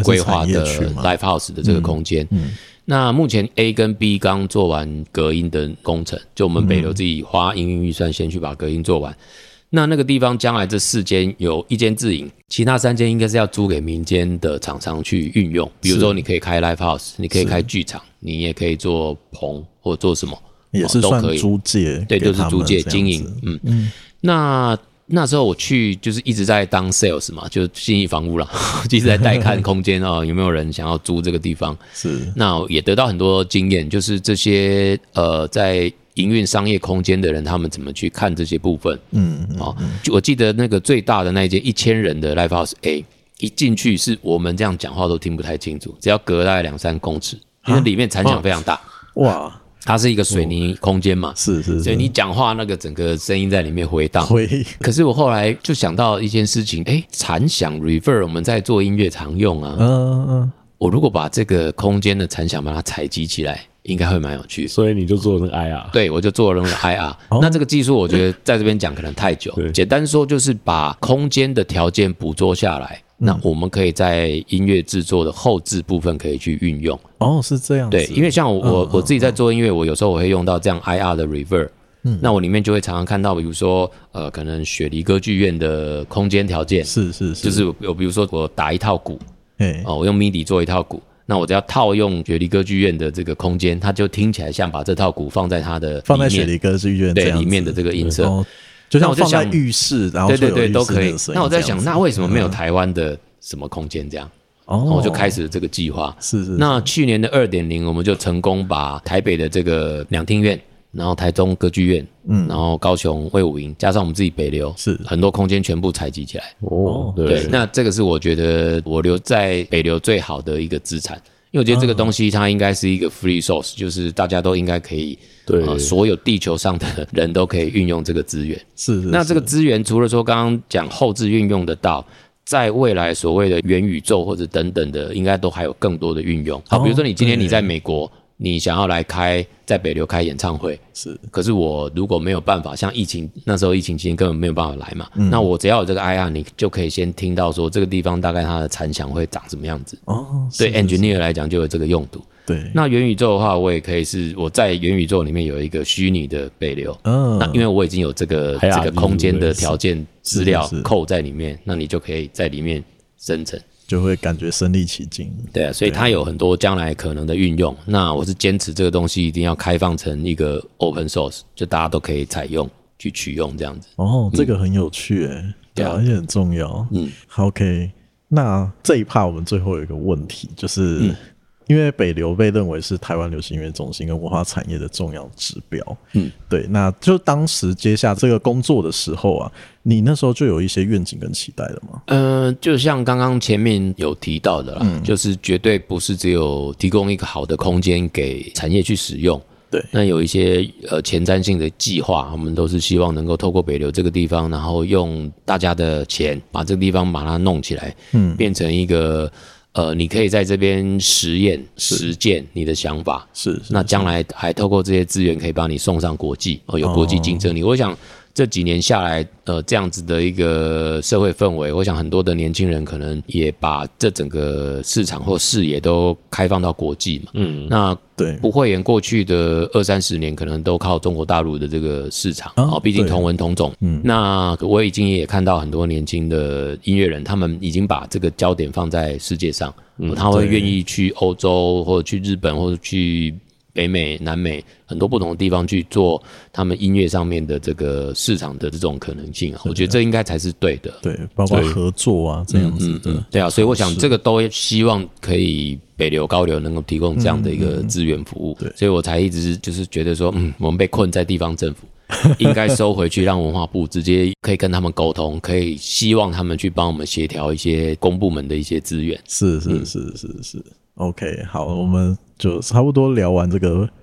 规划的 Live House 的这个空间。嗯嗯，那目前 A 跟 B 刚做完隔音的工程，就我们北流自己花营运预算先去把隔音做完。那那个地方将来这四间有一间自营，其他三间应该是要租给民间的厂商去运用。比如说你可以开 Live House， 你可以开剧场，你也可以做棚或做什么， 也是算租借， 对，就是租借经营。嗯嗯，那那时候我去就是一直在当 sales 嘛，就信义房屋啦，一直在带看空间哦，有没有人想要租这个地方？ 是， 那也得到很多经验，就是这些呃在营运商业空间的人，他们怎么去看这些部分？嗯，嗯哦，我记得那个最大的那一间一千人的 Live House A， 一进去是我们这样讲话都听不太清楚，只要隔大概两三公尺，因为里面残响非常大。 哇！ 它是一个水泥空间嘛， 是是是， 所以你讲话那个整个声音在里面回荡。 回， 可是我后来就想到一件事情，哎，残响 reverb 我们在做音乐常用啊，嗯嗯，我如果把这个空间的残响把它采集起来，应该会蛮有趣的。 所以你就做那个 I R， 对，我就做了那个 I R、哦。那这个技术我觉得在这边讲可能太久，简单说就是把空间的条件捕捉下来。那我们可以在音乐制作的后制部分可以去运用。 哦，是这样子。 对，因为像我、嗯、我我自己在做音乐，我有时候我会用到这样 I R 的 reverb。嗯，那我里面就会常常看到，比如说呃，可能雪梨歌剧院的空间条件， 是是是， 就是有比如说我打一套鼓，哦，我用 M I D I 做一套鼓，那我只要套用雪梨歌剧院的这个空间，它就听起来像把这套鼓放在它的里面放在雪梨歌剧院对里面的这个音色。 哦，就像放在浴室，然后对对对都可以。那我在想，那为什么没有台湾的什么空间这样？哦，我就开始了这个计划。 是 是, 是。 那去年的 二点零， 我们就成功把台北的这个两厅院，然后台中歌剧院，嗯，然后高雄卫武营，加上我们自己北流，是很多空间全部采集起来。 哦，对。 对，那这个是我觉得我留在北流最好的一个资产。因为我觉得这个东西它应该是一个 free source， 就是大家都应该可以，对、呃，所有地球上的人都可以运用这个资源。 是, 是, 是。 那这个资源除了说刚刚讲后置运用得到，在未来所谓的元宇宙或者等等的，应该都还有更多的运用。好，比如说你今天你在美国，你想要来开在北流开演唱会，是。可是我如果没有办法，像疫情那时候疫情期间根本没有办法来嘛，嗯、那我只要有这个 I R， 你就可以先听到说这个地方大概它的残响会长什么样子。哦，对 ，engineer 来讲就有这个用途。 对， 那元宇宙的话，我也可以是我在元宇宙里面有一个虚拟的北流，嗯，那因为我已经有这个这个空间的条件资料扣在里面，那你就可以在里面生成。 就会感觉身临其境。 对啊，所以它有很多将来可能的运用。那我是坚持这个东西一定要开放成一个 open source， 就大家都可以采用去取用这样子。 哦，这个很有趣诶、嗯，对啊，而且很重要。嗯 ，OK， 那这一 part 我们最后有一个问题，就是、嗯、因为北流被认为是台湾流行音乐中心跟文化产业的重要指标。嗯，对，那就当时接下这个工作的时候啊，你那时候就有一些愿景跟期待了吗？ 呃，就像刚刚前面有提到的啦、嗯，就是绝对不是只有提供一个好的空间给产业去使用。 对， 那有一些呃前瞻性的计划，我们都是希望能够透过北流这个地方，然后用大家的钱把这个地方把它弄起来，嗯，变成一个呃，你可以在这边实验实践你的想法， 是，是那将来还透过这些资源可以把你送上国际，哦，有国际竞争力。哦、我想这几年下来，呃，这样子的一个社会氛围，我想很多的年轻人可能也把这整个市场或视野都开放到国际嘛。嗯，那对不会演过去的二三十年，可能都靠中国大陆的这个市场，哦，毕竟同文同种。嗯，那我已经也看到很多年轻的音乐人，他们已经把这个焦点放在世界上，嗯、他会愿意去欧洲或者去日本或者去北美、南美很多不同的地方去做他们音乐上面的这个市场的这种可能性、啊、我觉得这应该才是对的。 对，包括合作啊这样子的、嗯嗯嗯。对啊，所以我想这个都希望可以北流、高流能够提供这样的一个资源服务。对、嗯嗯，所以我才一直就是觉得说，嗯，我们被困在地方政府，应该收回去，让文化部直接可以跟他们沟通，可以希望他们去帮我们协调一些公部门的一些资源。 是是是是是。OK， 好，我们就差不多聊完这个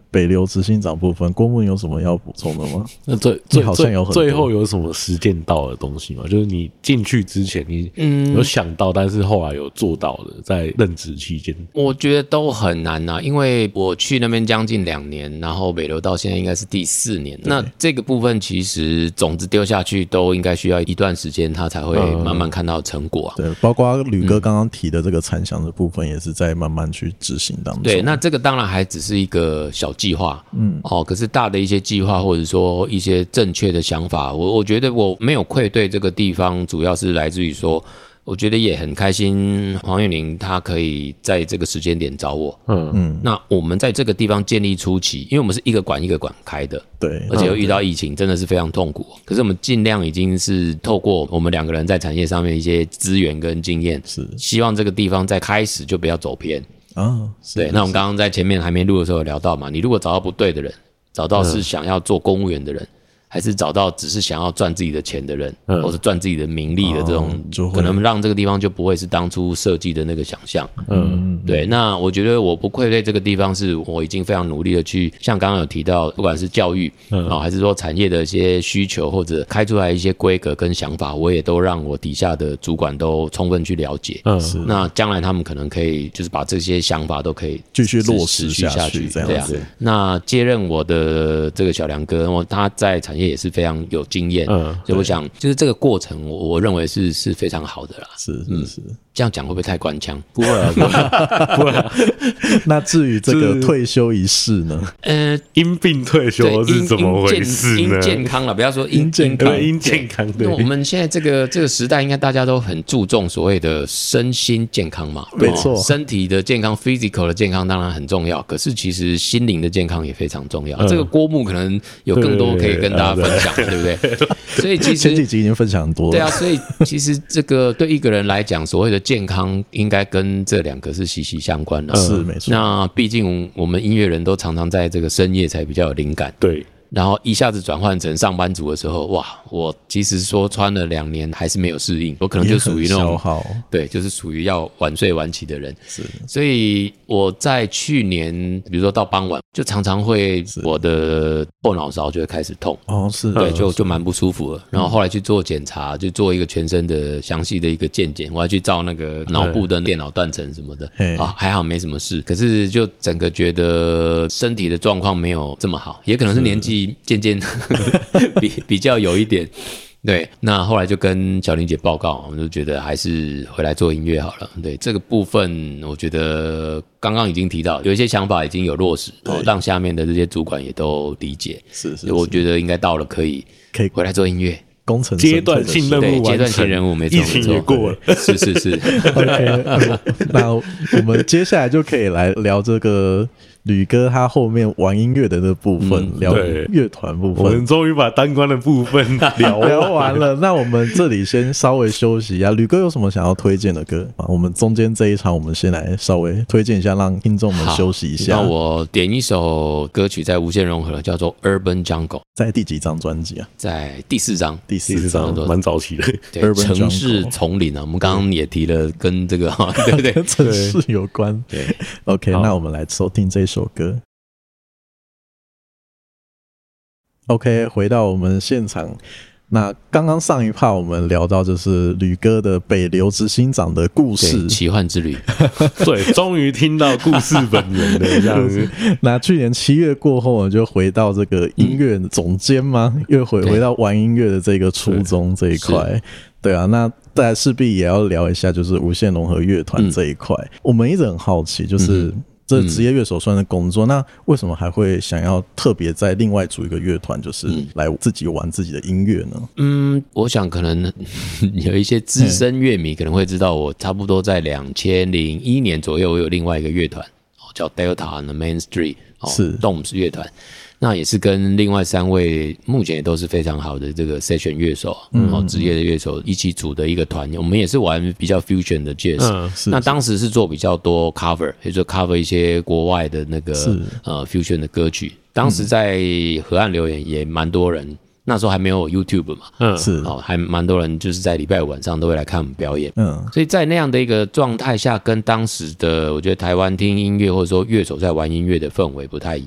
北流执行长部分，郭木有什么要补充的吗？ 那最最好像有很多最后有什么实践到的东西吗？就是你进去之前，你有想到，但是后来有做到的，在任职期间， 我觉得都很难啊，因为我去那边将近两年，然后北流到现在应该是第四年，那这个部分其实种子丢下去都应该需要一段时间，它才会慢慢看到成果啊。 对，包括吕哥刚刚提的这个参详的部分，也是在慢慢去执行当中。 对，那这个当然还只是一个小计划，嗯，哦，可是大的一些计划或者说一些正确的想法，我我觉得我没有愧对这个地方，主要是来自于说。我觉得也很开心，黄韵玲她可以在这个时间点找我。嗯嗯，那我们在这个地方建立初期，因为我们是一个馆一个馆开的， 对， 而且又遇到疫情，真的是非常痛苦。可是我们尽量已经是透过我们两个人在产业上面一些资源跟经验，是希望这个地方在开始就不要走偏。啊，对。那我们刚刚在前面还没录的时候有聊到嘛，你如果找到不对的人，找到是想要做公务员的人。还是找到只是想要赚自己的钱的人，嗯、或者赚自己的名利的这种，哦、可能让这个地方就不会是当初设计的那个想象。嗯，对。那我觉得我不愧对这个地方，是我已经非常努力的去，像刚刚有提到，不管是教育，嗯、哦，还是说产业的一些需求，或者开出来一些规格跟想法，我也都让我底下的主管都充分去了解。嗯，那将来他们可能可以就是把这些想法都可以继续落实下去，这样子。那接任我的这个小梁哥，他在产业也是非常有经验，嗯，所以我想就是这个过程我，我认为是是非常好的啦。 是是是，嗯、 这样讲会不会太官腔？ 不会啊，不会、啊，不会、啊。 那至于这个退休仪式呢？ 呃， 因病退休是怎么回事呢？ 因健康了，不要说因健康， 因健康。 因为我们现在这个这个时代，应该大家都很注重所谓的身心健康嘛。 没错、哦， 身体的健康 ，physical 的健康当然很重要，可是其实心灵的健康也非常重要。嗯、这个郭木可能有更多可以跟大家分享的，对不对？所以其实前几集已经分享很多了。 对啊，所以其实这个对一个人来讲，所谓的健康应该跟这两个是息息相关的。 是没错。 那毕竟我们音乐人都常常在这个深夜才比较有灵感。 对。 然后一下子转换成上班族的时候，哇！我其实说穿了两年还是没有适应，我可能就属于那种对，就是属于要晚睡晚起的人。是，所以我在去年，比如说到傍晚，就常常会我的后脑勺就会开始痛。 哦，是， 对，就就蛮不舒服了。然后后来去做检查，就做一个全身的详细的一个健检，我还去照那个脑部的电脑断层什么的，啊，还好没什么事。可是就整个觉得身体的状况没有这么好，也可能是年纪。渐渐比比较有一点，对，那后来就跟小玲姐报告，我们就觉得还是回来做音乐好了。对这个部分，我觉得刚刚已经提到，有一些想法已经有落实，哦，让下面的这些主管也都理解。 是是是， 我觉得应该到了可以可以回来做音乐。 工程阶段性任务完成， 阶段性任务没错， 疫情也过了， 是是是。 OK， 那我们接下来就可以来聊这个吕哥他后面玩音乐的那部分，嗯、聊乐团部分。 我们终于把单关的部分聊聊完了。那我们这里先稍微休息一下。吕哥有什么想要推荐的歌？我们中间这一场，我们先来稍微推荐一下，让听众们休息一下。 那我点一首歌曲在无限融合，叫做《Urban Jungle》。 在第几张专辑啊？ 在第四张， 第四张蛮早期的。 对，城市丛林啊，我们刚刚也提了，跟这个对不对？ 跟城市有关。 对 ，OK， 那我们来收听这首歌。OK， 回到我们现场。那刚刚上一趴我们聊到就是吕哥的北流执行长的故事， 奇幻之旅。 对，终于听到故事本人的这样子。 那去年七月过后呢，就回到这个音乐总监吗？嗯、又回回到玩音乐的这个初衷这一块。对啊，那大家势必也要聊一下，就是无限融合乐团这一块。嗯、我们一直很好奇，就是。嗯这职业乐手算是工作、嗯，那为什么还会想要特别在另外组一个乐团，就是来自己玩自己的音乐呢？嗯， 我想可能有一些资深乐迷可能会知道，我差不多在两千零一年左右，我有另外一个乐团，叫 Delta and Main Street， 是 Domes 乐团。那也是跟另外三位目前也都是非常好的这个 session 乐手，嗯，职业的乐手一起组的一个团。我们也是玩比较 fusion 的 jazz，嗯，那当时是做比较多 cover， 也就是 cover 一些国外的那个呃 fusion 的歌曲。当时在河岸留言也蛮多人。那时候还没有 YouTube 嘛，嗯，是哦，还蛮多人就是在礼拜五晚上都会来看我们表演，嗯，所以在那样的一个状态下，跟当时的我觉得台湾听音乐或者说乐手在玩音乐的氛围不太一样。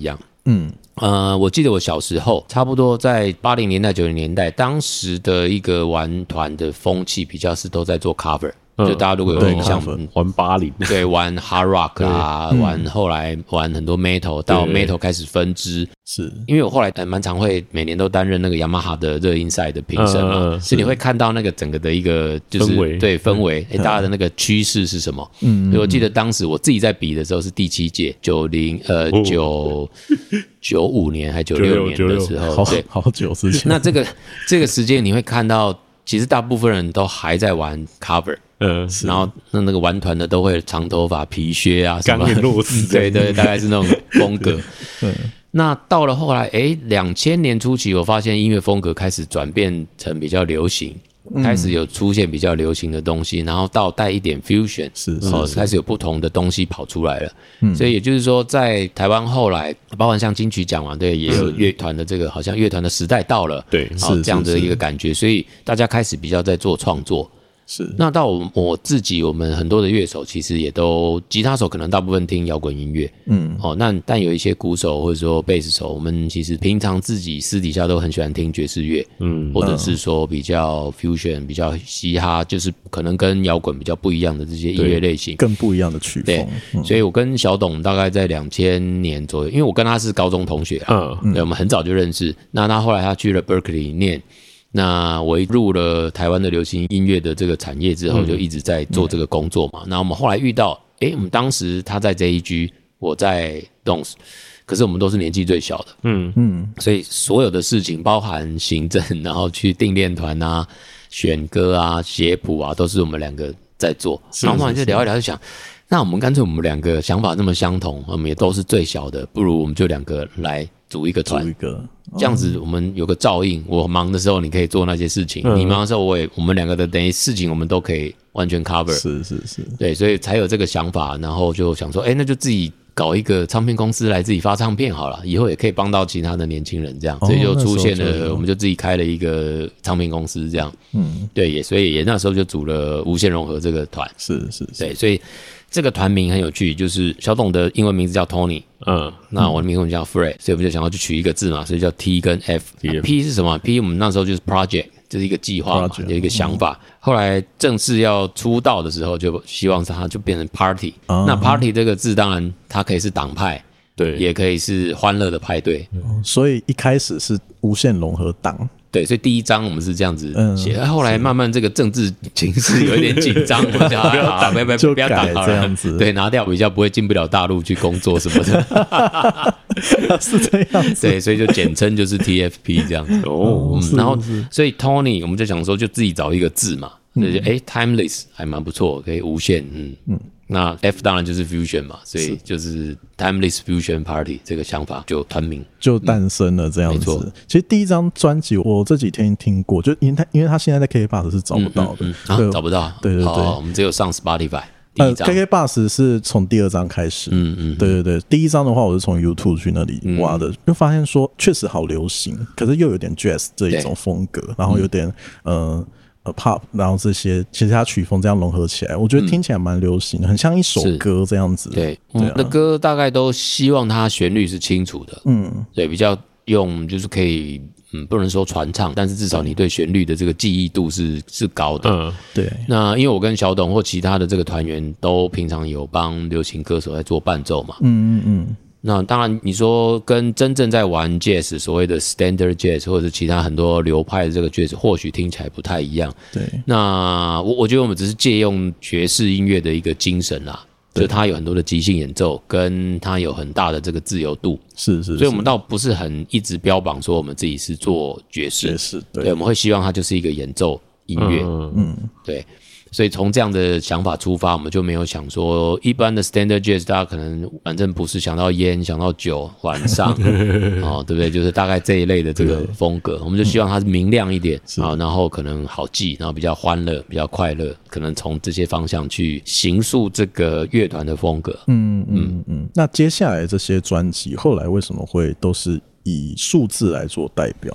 嗯， 呃，我记得我小时候，差不多在八零年代、九零年代，当时的一个玩团的风气比较是都在做 cover。就大家如果有印象， 嗯、玩八零， 对，玩 hard rock 啊，玩后来玩很多 metal， 到 metal 开始分支， 是因为我后来蛮常会每年都担任那个雅马哈的热音赛的评审嘛，嗯、所以你会看到那个整个的一个就是氛围， 对氛围，哎、嗯，大家的那个趋势是什么？嗯，所以我记得当时我自己在比的时候是第七届，九零呃九九五年还九六年的时候， 对，好久之前。 那这个这个时间你会看到，其实大部分人都还在玩 cover。嗯，然后那那个玩团的都会长头发、皮靴啊，什么钢铁丝， 对对，大概是那种风格。嗯，那到了后来，哎，两千年初期，我发现音乐风格开始转变成比较流行，嗯、开始有出现比较流行的东西，然后到带一点 fusion， 是是、 哦，开始有不同的东西跑出来了。嗯，所以也就是说，在台湾后来，包含像金曲奖嘛，对，也有乐团的这个，好像乐团的时代到了， 对， 是这样的一个感觉，所以大家开始比较在做创作。 是， 那到我我自己，我们很多的乐手其实也都，吉他手可能大部分听摇滚音乐，嗯，哦，那但有一些鼓手或者说贝斯手，我们其实平常自己私底下都很喜欢听爵士乐，嗯，或者是说比较 fusion、比较嘻哈，就是可能跟摇滚比较不一样的这些音乐类型， 更不一样的曲风。 对，嗯、所以我跟小董大概在两千年左右，因为我跟他是高中同学啊，嗯，对，我们很早就认识。那他后来他去了 Berkeley 念。那我一入了台湾的流行音乐的这个产业之后，就一直在做这个工作嘛。那、嗯、我们后来遇到，哎，我们当时他在 J E G， 我在 D O N S， 可是我们都是年纪最小的，嗯嗯，所以所有的事情，包含行政，然后去订练团啊、选歌啊、写谱啊，都是我们两个在做。然后后来就聊一聊，就想，那我们干脆我们两个想法那么相同，我们也都是最小的，不如我们就两个来组一个团， 组一个。 这样子我们有个照应，我忙的时候你可以做那些事情，嗯、你忙的时候我也，我们两个的等于事情我们都可以完全 cover。 是是是， 对，所以才有这个想法，然后就想说，哎，那就自己搞一个唱片公司来自己发唱片好了，以后也可以帮到其他的年轻人这样，所以就出现了，我们就自己开了一个唱片公司这样。嗯，对，也所以也那时候就组了无限融合这个团。 是是是， 对，所以。这个团名很有趣，就是小董的英文名字叫 Tony， 嗯，那我的名字叫 Fred， 所以我们就想要去取一个字嘛，所以叫 T 跟 F。P 是什么 ？P 我们那时候就是 project， 就是一个计划嘛，有一个想法。嗯、后来正式要出道的时候，就希望它就变成 party、嗯。那 party 这个字，当然它可以是党派，对，也可以是欢乐的派对。 嗯、所以一开始是无限融合党。 对，所以第一章我们是这样子写，嗯、后来慢慢这个政治情势有一点紧张，我们就不要打，不要不要打这样子， 对，拿掉比较不会进不了大陆去工作什么的， 是这样子， 对，所以就简称就是 T F P 这样子哦、嗯，然后所以 Tony 我们就想说就自己找一个字嘛，嗯、就是哎 Timeless 还蛮不错，可以无限，嗯嗯。那 F 当然就是 Fusion 嘛，所以就是 Timeless Fusion Party 这个想法就团名就诞生了这样子。嗯、其实第一张专辑我这几天听过，就因为他因为他现在在 K K B O X 是找不到的，嗯嗯嗯啊、找不到。 对对对， 哦、我们只有上 Spotify 第一张。 呃、K K B O X 是从第二张开始，嗯嗯，对对对，第一张的话我是从 YouTube 去那里挖的，嗯、就发现说确实好流行，可是又有点 Jazz 这一种风格，然后有点呃。呃 ，pop， 然后这些其实它曲风这样融合起来，我觉得听起来蛮流行的，嗯、很像一首歌这样子。 对，我们的歌大概都希望它旋律是清楚的，嗯，对，比较用就是可以，嗯，不能说传唱，但是至少你对旋律的这个记忆度是是高的。嗯， 对。 那因为我跟小董或其他的这个团员都平常有帮流行歌手在做伴奏嘛，嗯嗯嗯。那当然，你说跟真正在玩 jazz 所谓的 standard jazz 或者是其他很多流派的这个 jazz， 或许听起来不太一样。 对。 那我我觉得我们只是借用爵士音乐的一个精神啦，就它有很多的即兴演奏，跟它有很大的这个自由度。 是 是, 是。 所以我们倒不是很一直标榜说我们自己是做爵士， 爵士 对, 对，我们会希望它就是一个演奏音乐。嗯嗯，对。所以从这样的想法出发，我们就没有想说一般的 standard jazz， 大家可能反正不是想到烟、想到酒、晚上，哦，对不对？就是大概这一类的这个风格，我们就希望它是明亮一点啊，然后可能好记，然后比较欢乐、比较快乐，可能从这些方向去形塑这个乐团的风格。 嗯嗯嗯。那接下来这些专辑后来为什么会都是以数字来做代表呢？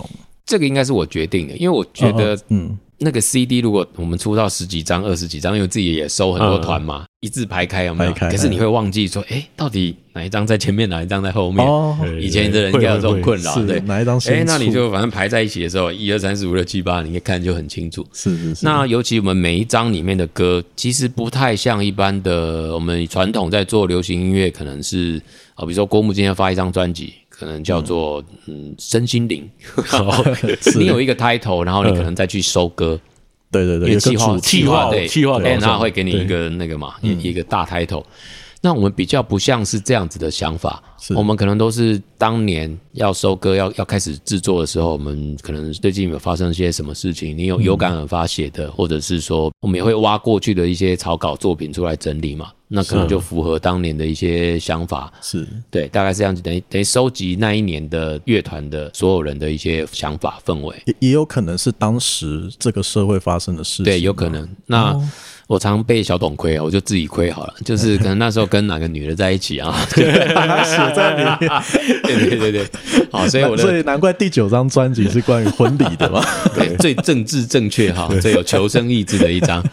这个应该是我决定的，因为我觉得， 嗯， 那个 C D 如果我们出到十几张、二十几张，因为自己也收很多团嘛，嗯、一字排开有没有？可是你会忘记说，哎，到底哪一张在前面，哪一张在后面？哦，以前的人应该有这种困扰，对， 哪一张先出？ 哎，那你就反正排在一起的时候，一二三四五六七八，你一看就很清楚。 是是是。 那尤其我们每一张里面的歌，其实不太像一般的我们传统在做流行音乐，可能是啊，比如说郭木今天发一张专辑。可能叫做嗯身心灵，你有一个 title， 然后你可能再去收歌， 对对对， 企划企划对企划， 然后会给你一个那个嘛，一个大 title。那我们比较不像是这样子的想法，我们可能都是当年要收歌要要开始制作的时候，我们可能最近有发生一些什么事情，你有有感而发写的，或者是说我们也会挖过去的一些草稿作品出来整理嘛，那可能就符合当年的一些想法， 是对，大概是这样子，等于等于收集那一年的乐团的所有人的一些想法氛围， 也也有可能是当时这个社会发生的事情， 对，有可能。那、哦我常被小董亏啊，我就自己亏好了。就是可能那时候跟哪个女的在一起啊， 把它写在里面。 对对对对，好，所以我的所以难怪第九张专辑是关于婚礼的嘛。 对，最政治正确哈，最有求生意志的一张。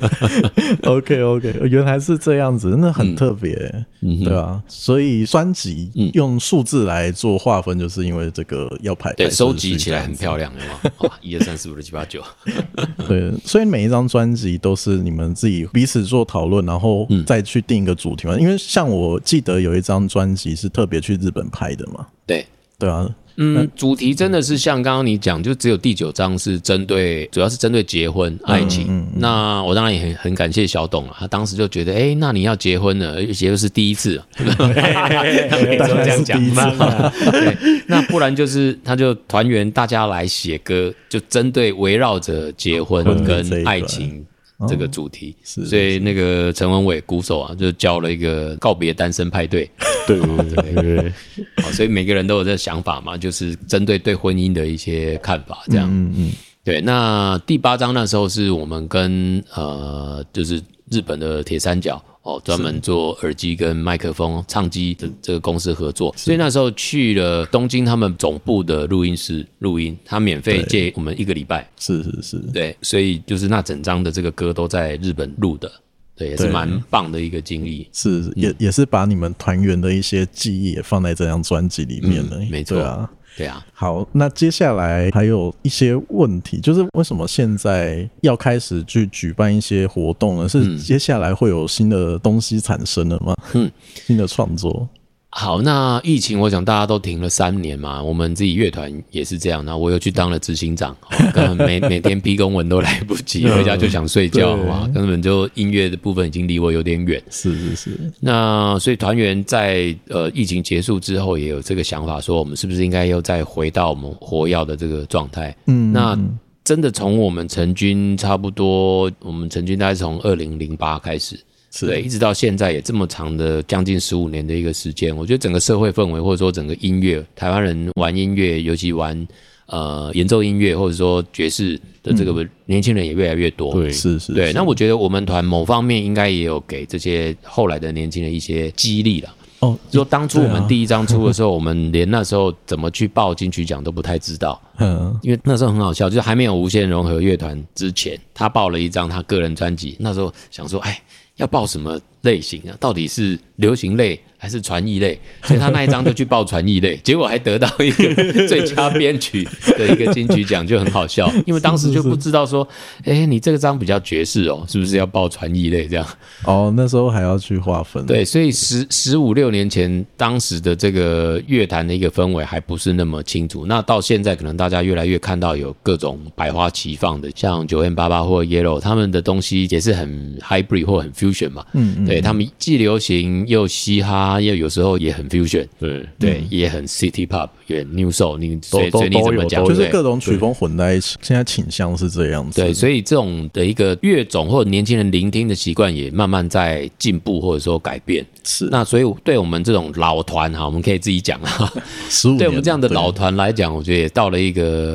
OK OK， 原来是这样子，那很特别、嗯，对啊。所以专辑用数字来做划分，就是因为这个要排， 对，收集起来很漂亮，有吗？哇，一二三四五六七八九。 对，所以每一张专辑都是你们自己彼此做讨论，然后再去定一个主题嘛。因为像我记得有一张专辑是特别去日本拍的嘛。 对， 对啊。 嗯，主题真的是像刚刚你讲，就只有第九章是针对，主要是针对结婚、爱情。嗯嗯嗯、那我当然也很很感谢小董啊，他当时就觉得，哎、欸，那你要结婚了，而且又是第一次，他每周这样讲嘛。对，那不然就是他就团员大家来写歌，就针对围绕着结婚跟爱情。这个主题，哦、所以那个陈文伟鼓手啊，就教了一个告别单身派对， 对对对对， 好，所以每个人都有这个想法嘛，就是针对对婚姻的一些看法，这样，嗯嗯，对。那第八章那时候是我们跟呃，就是日本的铁三角。哦，专门做耳机跟麦克风、唱机的这个公司合作，所以那时候去了东京他们总部的录音室录音，他免费借我们一个礼拜， 是是是， 对，所以就是那整张的这个歌都在日本录的，对，也是蛮棒的一个经历， 是、嗯、也也是把你们团员的一些记忆也放在这张专辑里面了、嗯， 没错， 对啊。 对啊， 好，那接下来还有一些问题，就是为什么现在要开始去举办一些活动呢？是接下来会有新的东西产生了吗？嗯，新的创作。 好，那疫情我想大家都停了三年嘛，我们自己乐团也是这样，然后我又去当了执行长，根本每每天批公文都来不及，回家就想睡觉，哇，根本就音乐的部分已经离我有点远。 是是是。 那所以团员在呃疫情结束之后也有这个想法，说我们是不是应该又再回到我们活跃的这个状态？嗯，那真的从我们成军差不多，我们成军大概从二零零八开始。对，一直到现在也这么长的将近十五年的一个时间，我觉得整个社会氛围或者说整个音乐，台湾人玩音乐，尤其玩呃演奏音乐或者说爵士的这个年轻人也越来越多。 对，是是。 对，那我觉得我们团某方面应该也有给这些后来的年轻人一些激励啦。哦，就当初我们第一张出的时候，我们连那时候怎么去报金曲奖都不太知道。嗯，因为那时候很好笑，就是还没有无限融合乐团之前，他报了一张他个人专辑，那时候想说，哎。要报什么类型啊？到底是流行类还是传艺类？所以他那一张就去报传艺类，结果还得到一个最佳编曲的一个金曲奖，就很好笑。因为当时就不知道说，哎、欸，你这个张比较爵士哦，是不是要报传艺类这样？ 哦，那时候还要去划分。 对，所以十十五六年前，当时的这个乐坛的一个氛围还不是那么清楚。那到现在，可能大家越来越看到有各种百花齐放的，像九 M 八八或 Yellow， 他们的东西也是很 hybrid 或很 fusion 嘛。嗯嗯，对，他们既流行又嘻哈，又有时候也很 fusion， 对对、嗯，也很 city pop， 也 new soul， 你随随你怎么讲， 就是各种曲风混在一起。现在倾向是这样子， 对，所以这种的一个乐种或者年轻人聆听的习惯也慢慢在进步或者说改变。 是， 那所以对我们这种老团哈，我们可以自己讲哈，对我们这样的老团来讲，我觉得也到了一个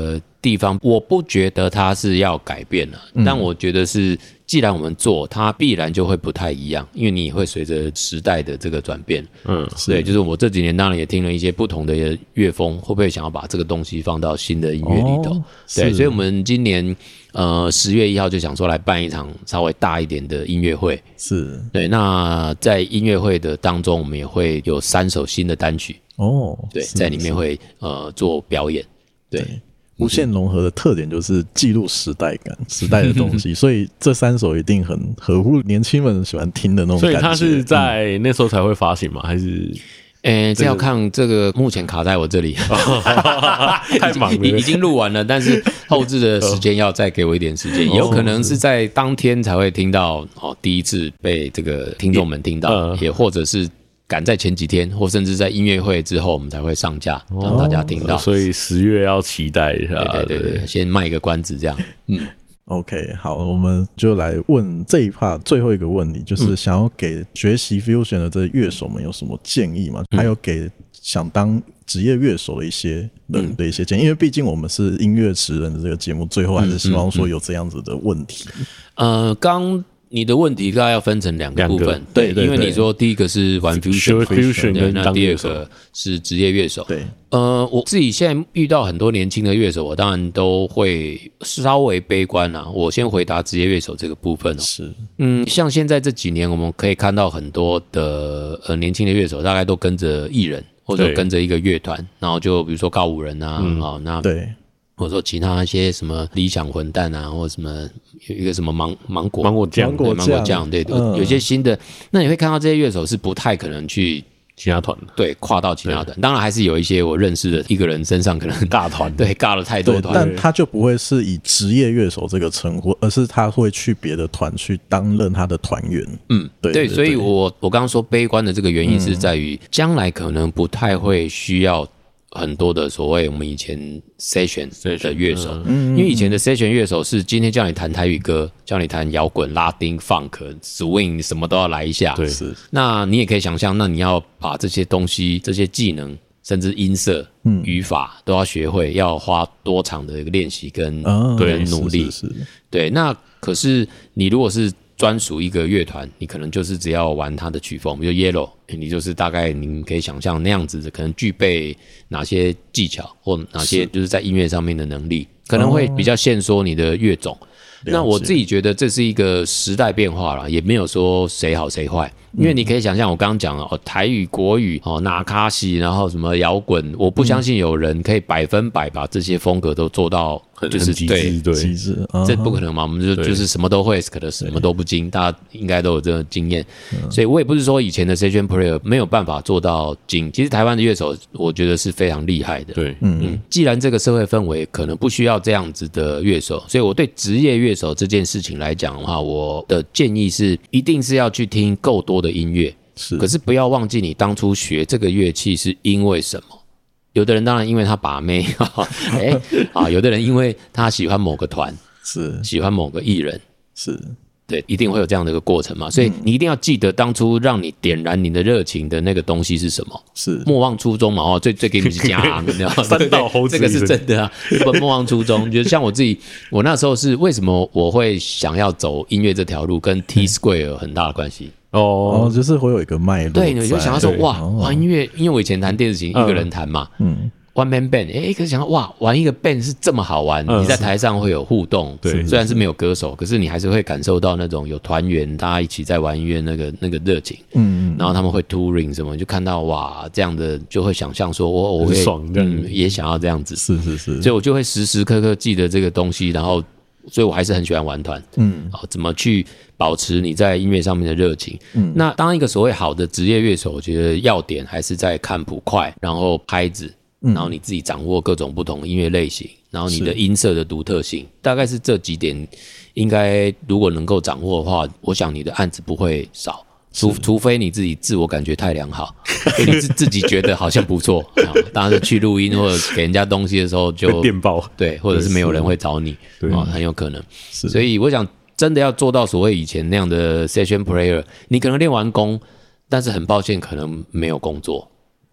地方，我不觉得它是要改变了，嗯、但我觉得是。既然我们做，它必然就会不太一样，因为你会随着时代的这个转变，嗯，对，就是我这几年当然也听了一些不同的乐风，会不会想要把这个东西放到新的音乐里头？哦、对，所以我们今年呃十月一号就想说来办一场稍微大一点的音乐会， 是对。 那在音乐会的当中，我们也会有三首新的单曲哦，对，在里面会呃做表演，对。对无限融合的特点就是记录时代感、时代的东西，所以这三首一定很合乎年轻人喜欢听的那种感觉。 所以它是在那时候才会发行吗？还是？ 诶、欸，这要看这个目前卡在我这里， 太忙了， 已经录完了，但是后置的时间要再给我一点时间，也有可能是在当天才会听到哦，第一次被这个听众们听到，嗯、也或者是。赶在前几天，或甚至在音乐会之后，我们才会上架，让大家听到。 哦、所以十月要期待一下。 对对 对, 對，先卖一个关子，这样。嗯 ，OK， 好，我们就来问这一 part 最后一个问题，就是想要给学习 Fusion 的这些乐手们有什么建议吗？嗯、还有给想当职业乐手的一些人的一些建议，嗯、因为毕竟我们是音乐职人的这个节目，最后还是希望说有这样子的问题。 嗯、呃，刚。你的问题大概要分成两个部分，对，对，因为你说第一个是玩 Fusion，, Fusion 对，那第二个是职业乐手。 对， 呃，我自己现在遇到很多年轻的乐手，我当然都会稍微悲观啊。我先回答职业乐手这个部分哦。 是， 嗯，像现在这几年，我们可以看到很多的呃年轻的乐手，大概都跟着艺人或者跟着一个乐团，然后就比如说告五人啊，嗯、哦，那对。 或者说其他一些什么理想混蛋啊，或者什么有一个什么芒芒果芒果酱， 芒果芒果酱，对，嗯、有些新的，那你会看到这些乐手是不太可能去其他团， 对，跨到其他团。当然还是有一些我认识的一个人身上可能尬团， 对，尬了太多团， 但他就不会是以职业乐手这个称呼，而是他会去别的团去担任他的团员。 嗯，对 对, 对，所以我我刚刚说悲观的这个原因是在于，将来可能不太会需要。很多的所谓我们以前 session 的乐手，嗯、因为以前的 session 乐手是今天叫你弹台语歌，叫你弹摇滚、拉丁、funk、swing， 什么都要来一下。 对， 是。那你也可以想象，那你要把这些东西、这些技能，甚至音色、嗯、语法都要学会，要花多长的一个练习跟、哦、跟努力。 是是是对，那可是你如果是专属一个乐团，你可能就是只要玩它的曲风，比如 Yellow， 你就是大概你可以想象那样子的，可能具备哪些技巧或哪些就是在音乐上面的能力，可能会比较限缩你的乐种。哦、那我自己觉得这是一个时代变化啦，也没有说谁好谁坏。因为你可以想象，我刚刚讲了哦，台语、国语、哦，纳卡西，然后什么摇滚，我不相信有人可以百分百把这些风格都做到，就是极致，对， 极致， 这不可能嘛？我们就就是什么都会，可能什么都不精，大家应该都有这个经验。所以我也不是说以前的 session player 没有办法做到精，其实台湾的乐手我觉得是非常厉害的。 对， 嗯嗯，既然这个社会氛围可能不需要这样子的乐手，所以我对职业乐手这件事情来讲的话，我的建议是，一定是要去听够多的音乐。 是， 可是不要忘记你当初学这个乐器是因为什么？有的人当然因为他把妹，哎啊，有的人因为他喜欢某个团， 是喜欢某个艺人， 是对，一定会有这样的一个过程嘛。所以你一定要记得当初让你点燃你的热情的那个东西是什么？ 是莫忘初衷嘛。哦，最最给你是讲，你知道吗？ 三道猴子， 这个是真的啊。不莫忘初衷，就像我自己，我那时候是为什么我会想要走音乐这条路，跟 T Square 有很大的关系。 哦，就是会有一个脉络。 对，你就想要说哇，玩音乐，因为我以前弹电子琴，一个人弹嘛，嗯 ，one man band， 哎，可是想到哇，玩一个 band 是这么好玩，你在台上会有互动，对，虽然是没有歌手，可是你还是会感受到那种有团员大家一起在玩音乐那个那个热情，嗯，然后他们会 touring 什么，就看到哇这样的，就会想象说我我会嗯也想要这样子， 是是是， 所以我就会时时刻刻记得这个东西，然后。所以我还是很喜欢玩团，嗯，哦，怎么去保持你在音乐上面的热情？嗯，那当一个所谓好的职业乐手，我觉得要点还是在看谱快，然后拍子，然后你自己掌握各种不同音乐类型，然后你的音色的独特性，大概是这几点，应该如果能够掌握的话，我想你的案子不会少。除除非你自己自我感觉太良好，你自自己觉得好像不错，当然是去录音或者给人家东西的时候就电爆， 对，或者是没有人会找你，哦，很有可能。所以我想，真的要做到所谓以前那样的 session player， 你可能练完功，但是很抱歉，可能没有工作。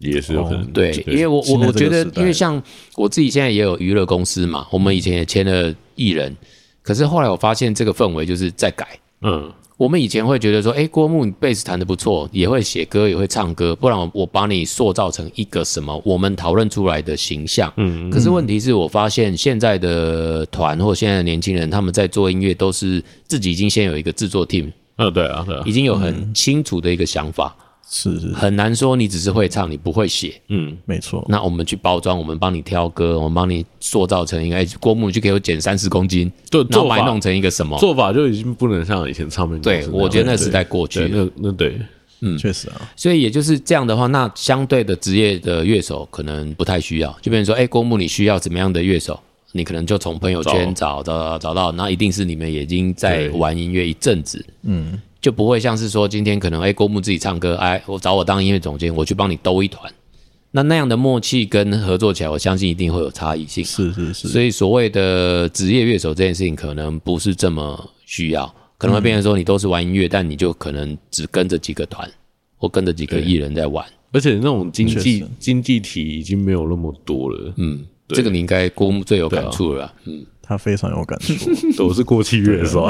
也是有可能。哦、 对，因为我我我觉得，因为像我自己现在也有娱乐公司嘛，我们以前也签了艺人，可是后来我发现这个氛围就是在改。嗯，我们以前会觉得说，哎，郭木你贝斯弹得不错，也会写歌，也会唱歌，不然我我把你塑造成一个什么我们讨论出来的形象。嗯，可是问题是我发现现在的团或现在的年轻人，他们在做音乐都是自己已经先有一个制作 team。嗯， 对啊，对啊， 已经有很清楚的一个想法。 是是， 很难说你只是会唱，你不会写。 嗯，没错。 那我们去包装，我们帮你挑歌，我们帮你塑造成一个，哎，郭木你就给我减三十公斤， 对， 然后把你弄成一个什么做法就已经不能像以前唱片公司。 对，我觉得那时代过去了。 那那对， 嗯， 确实啊。 所以也就是这样的话，那相对的职业的乐手可能不太需要，就变成说，哎，郭木你需要怎么样的乐手？你可能就从朋友圈找找找找到，那一定是你们已经在玩音乐一阵子，嗯。就不会像是说今天可能哎郭木自己唱歌，哎我找我当音乐总监，我去帮你兜一团，那那样的默契跟合作起来，我相信一定会有差异性。 是是是。 所以所谓的职业乐手这件事情，可能不是这么需要，可能会变成说你都是玩音乐，嗯、但你就可能只跟着几个团或跟着几个艺人在玩， 而且那种经济经济体已经没有那么多了。 嗯，这个你应该郭木最有感触了、啊。嗯。 他非常有感触， 我是过气乐手。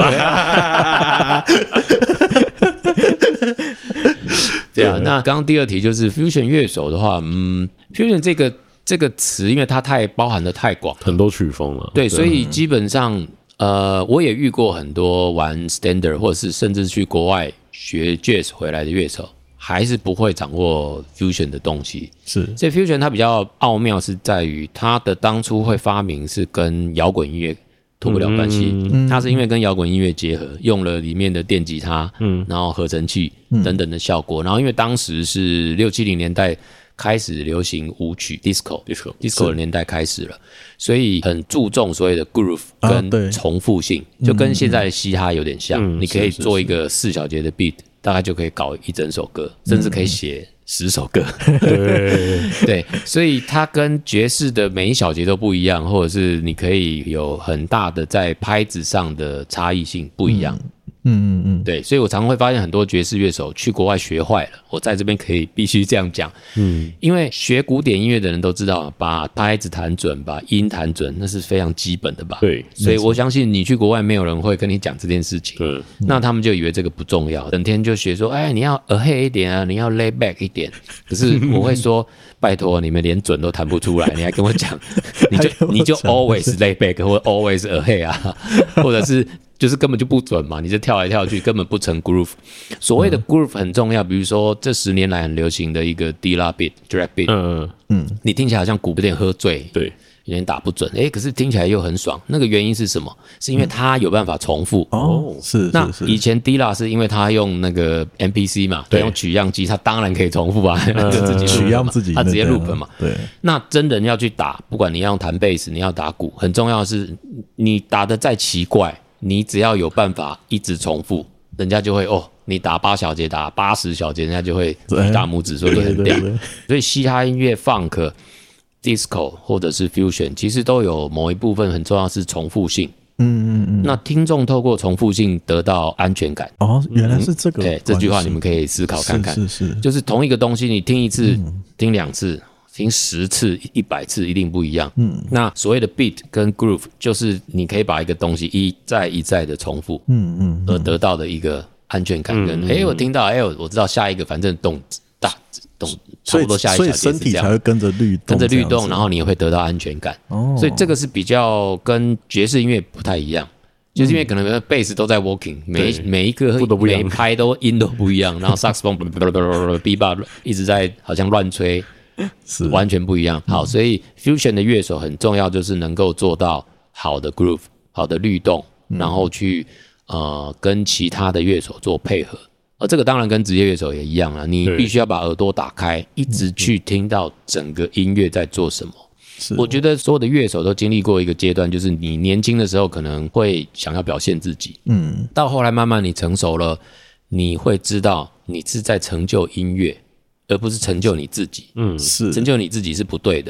对啊，那刚刚第二题就是 fusion 乐手的话，嗯 ，fusion 这个这个词，因为它太包含的太广， 很多曲风了。 对，所以基本上，呃，我也遇过很多玩 standard 或者是甚至去国外学 jazz 回来的乐手，还是不会掌握 fusion 的东西。 是， 所以 fusion 它比较奥妙是在于它的当初会发明是跟摇滚音乐脱不了关系，嗯、它是因为跟摇滚音乐结合，用了里面的电吉他，嗯，然后合成器等等的效果，然后因为当时是六七零年代开始流行舞曲 disco disco disco 的年代开始了，所以很注重所谓的 groove 跟重复性，啊、就跟现在的嘻哈有点像，嗯、你可以做一个四小节的 beat， 大概就可以搞一整首歌，甚至可以写十首歌。对对，所以它跟爵士的每一小节都不一样，或者是你可以有很大的在拍子上的差异性不一样。嗯嗯嗯，对，所以我常常会发现很多爵士乐手去国外学坏了，我在这边可以必须这样讲，嗯，因为学古典音乐的人都知道，把拍子弹准，把音弹准，那是非常基本的吧？对，所以我相信你去国外没有人会跟你讲这件事情，对，那他们就以为这个不重要，整天就学说，哎，你要 ahead 一点啊，你要 lay back 一点，可是我会说，拜托你们连准都弹不出来，你还跟我讲，你就你就 always lay back 或 always ahead 啊，或者是。就是根本就不准嘛，你就跳来跳去，根本不成 groove。所谓的 groove 很重要，比如说这十年来很流行的一个 D-La beat、Drag beat， 嗯嗯，你听起来好像鼓有点喝醉，对，有点打不准，哎，可是听起来又很爽。那个原因是什么？是因为它有办法重复。 哦，是。 那以前 D-La 是因为它用那个 M P C 嘛，对，用取样机，它当然可以重复啊，就自己取样自己， 它直接 loop 嘛。 对。 那真人要去打，不管你要弹贝斯，你要打鼓，很重要的是你打得再奇怪。你只要有办法一直重复，人家就会哦，你打八小节，打八十小节，人家就会举大拇指说你很屌。所以嘻哈音乐、funk、disco 或者是 fusion， 其实都有某一部分很重要是重复性。嗯嗯嗯。那听众透过重复性得到安全感。 哦，原来是这个。 对，这句话你们可以思考看看。 是是是。 就是同一个东西，你听一次，嗯、听两次。听十次、一百次一定不一样。嗯，那所谓的 beat 跟 groove 就是你可以把一个东西一再一再的重复，嗯嗯，而得到的一个安全感跟哎、嗯欸，我听到哎、欸，我知道下一个反正动大动差不多下一小节是这样， 所以身体才会跟着律动， 跟着律动，然后你也会得到安全感。哦，所以这个是比较跟爵士音乐不太一样。就是因为可能贝斯都在 working， 每一每一个每一拍都音都不一样，然后萨克斯风 B-bar 一直在好像乱吹。是完全不一样。好，所以 fusion 的乐手很重要，就是能够做到好的 groove、好的律动，然后去呃跟其他的乐手做配合。而这个当然跟职业乐手也一样了，你必须要把耳朵打开，一直去听到整个音乐在做什么。我觉得所有的乐手都经历过一个阶段，就是你年轻的时候可能会想要表现自己，嗯，到后来慢慢你成熟了，你会知道你是在成就音乐。而不是成就你自己，嗯，是成就你自己是不对的，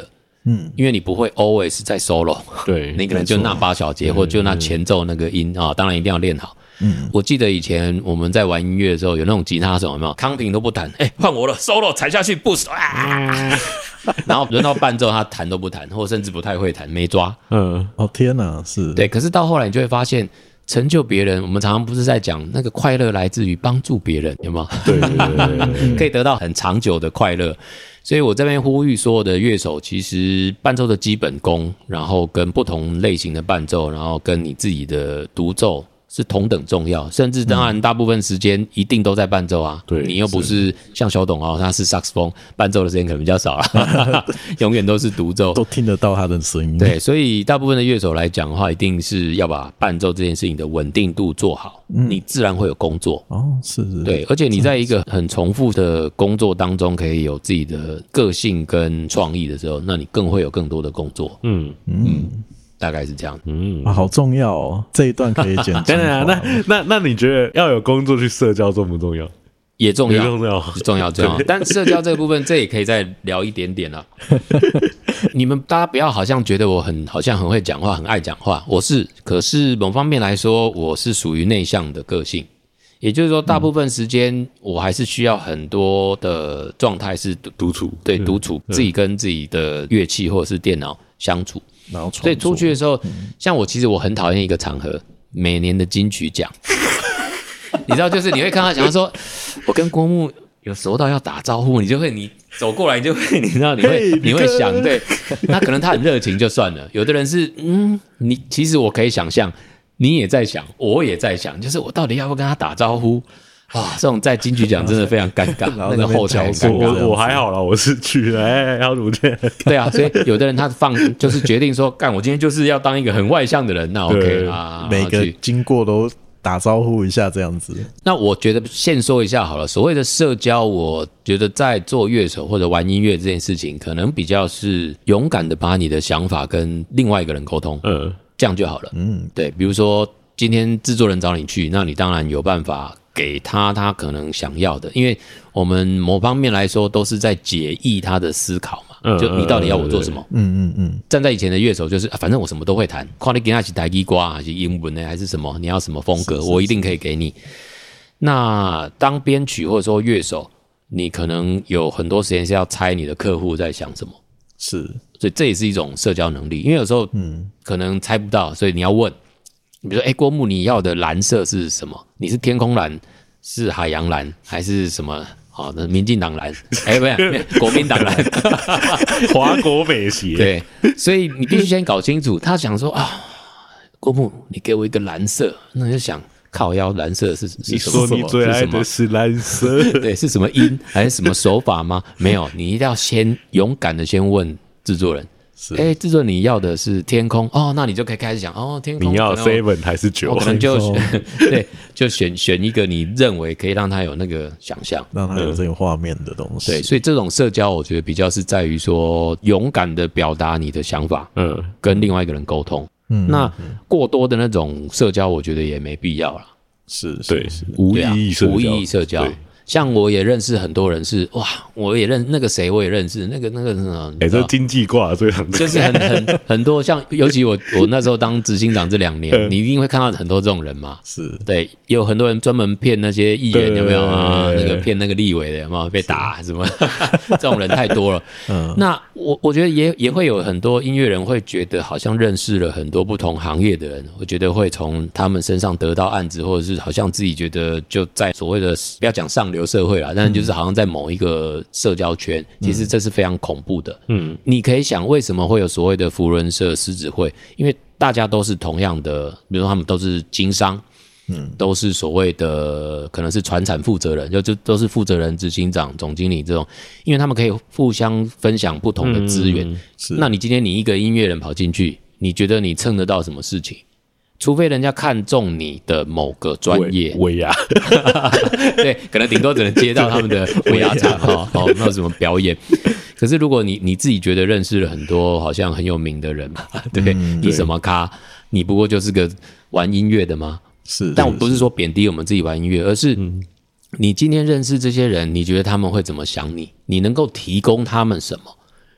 嗯，因为你不会 always 在 solo， 对， 你可能就那八小节，或就那前奏那个音啊，当然一定要练好。嗯，我记得以前我们在玩音乐的时候，有那种吉他手有没有？康平都不弹，哎、欸，换我了 ，solo 踩下去 ，boost， 啊，然后轮到伴奏他弹都不弹，或甚至不太会弹，没抓。 嗯，哦天哪，是对。可是到后来你就会发现，成就别人，我们常常不是在讲那个快乐来自于帮助别人，有没有？ 对对对对对， 可以得到很长久的快乐。所以我这边呼吁所有的乐手，其实伴奏的基本功，然后跟不同类型的伴奏，然后跟你自己的独奏是同等重要，甚至当然大部分时间一定都在伴奏啊。 对， 你又不是像小董哦，他是萨克斯风，伴奏的时间可能比较少啦，永远都是独奏， 都听得到他的声音。 对，所以大部分的乐手来讲的话，一定是要把伴奏这件事情的稳定度做好，嗯、你自然会有工作。 哦，是是， 对，而且你在一个很重复的工作当中，可以有自己的个性跟创意的时候，那你更会有更多的工作。嗯嗯。大概是这样， 嗯、啊，好重要哦！这一段可以剪。 等等，那那那你觉得要有工作去社交重不重要？ 也重要， 也重要， 重要，重要。但社交这个部分，这也可以再聊一点点了。你们大家不要好像觉得我很好像很会讲话，很爱讲话，我是，可是某方面来说，我是属于内向的个性。也就是说，大部分时间我还是需要很多的状态是独处， 对，独处，自己跟自己的乐器或者是电脑相处。所以出去的时候，嗯、像我其实我很讨厌一个场合，每年的金曲奖，你知道，就是你会看到想要说，我跟郭木有熟到要打招呼，你就会你走过来，你就会你知道你会、hey, 你会想，对，那可能他很热情就算了，有的人是嗯，你其实我可以想象，你也在想，我也在想，就是我到底要不要跟他打招呼？啊，这种在金曲奖真的非常尴尬，那个后台很尴尬。 我我还好啦，我是去了，哎，要怎么见？ 对啊，所以有的人他放就是决定说，干，我今天就是要当一个很外向的人，那 OK 啊， 每个经过都打招呼一下这样子。 那我觉得先说一下好了，所谓的社交，我觉得在做乐手或者玩音乐这件事情，可能比较是勇敢的把你的想法跟另外一个人沟通，嗯，这样就好了。嗯，对，比如说今天制作人找你去，那你当然有办法给他他可能想要的，因为我们某方面来说都是在解译他的思考嘛。嗯、就你到底要我做什么？嗯嗯嗯。站在以前的乐手就是、啊、反正我什么都会弹，看你给他是台语歌还是英文呢，还是什么？你要什么风格，我一定可以给你。那当编曲或者说乐手，你可能有很多时间是要猜你的客户在想什么。 是， 所以这也是一种社交能力，因为有时候嗯可能猜不到，所以你要问。比如说，哎，郭木，你要的蓝色是什么？你是天空蓝，是海洋蓝，还是什么？好、哦，那民进党蓝，哎，不是国民党蓝， 华国美协。 对，所以你必须先搞清楚。他想说啊，郭木，你给我一个蓝色，那你就想靠腰蓝色是是什么？ 你说你最爱的是蓝色， 对，是什么音还是什么手法吗？没有，你一定要先勇敢的先问制作人。哎，制作你要的是天空哦，那你就可以开始想哦，天空你要 seven 还是九？ 可能就选对，就选选一个你认为可以让他有那个想象， 让他有这个画面的东西。 对，所以这种社交，我觉得比较是在于说勇敢的表达你的想法，嗯，跟另外一个人沟通。嗯，那过多的那种社交，我觉得也没必要了。 是， 对，无意义社交， 无意义社交。像我也认识很多人是哇，我也认那个谁我也认识那个那个什么， 哎、欸，这经济挂最很就是很很很多像，尤其我我那时候当执行长这两年，你一定会看到很多这种人嘛。 是对，有很多人专门骗那些议员有没有啊？那个骗那个立委的有没有被打什么？这种人太多了。嗯，那我我觉得也也会有很多音乐人会觉得好像认识了很多不同行业的人，我觉得会从他们身上得到案子，或者是好像自己觉得就在所谓的不要讲上流社会啦，但是就是好像在某一个社交圈，嗯、其实这是非常恐怖的。嗯，你可以想为什么会有所谓的福伦社、狮子会？因为大家都是同样的，比如说他们都是经商，嗯，都是所谓的可能是传产负责人，就就都是负责人、执行长、总经理这种，因为他们可以互相分享不同的资源。嗯、那你今天你一个音乐人跑进去，你觉得你蹭得到什么事情？除非人家看中你的某个专业， 尾牙， 对，可能顶多只能接到他们的尾牙场哈，哦，那有什么表演？可是如果你你自己觉得认识了很多好像很有名的人嘛，对，嗯、你什么咖？你不过就是个玩音乐的吗？ 是， 但我不是说贬低我们自己玩音乐，而是你今天认识这些人，你觉得他们会怎么想你？你能够提供他们什么？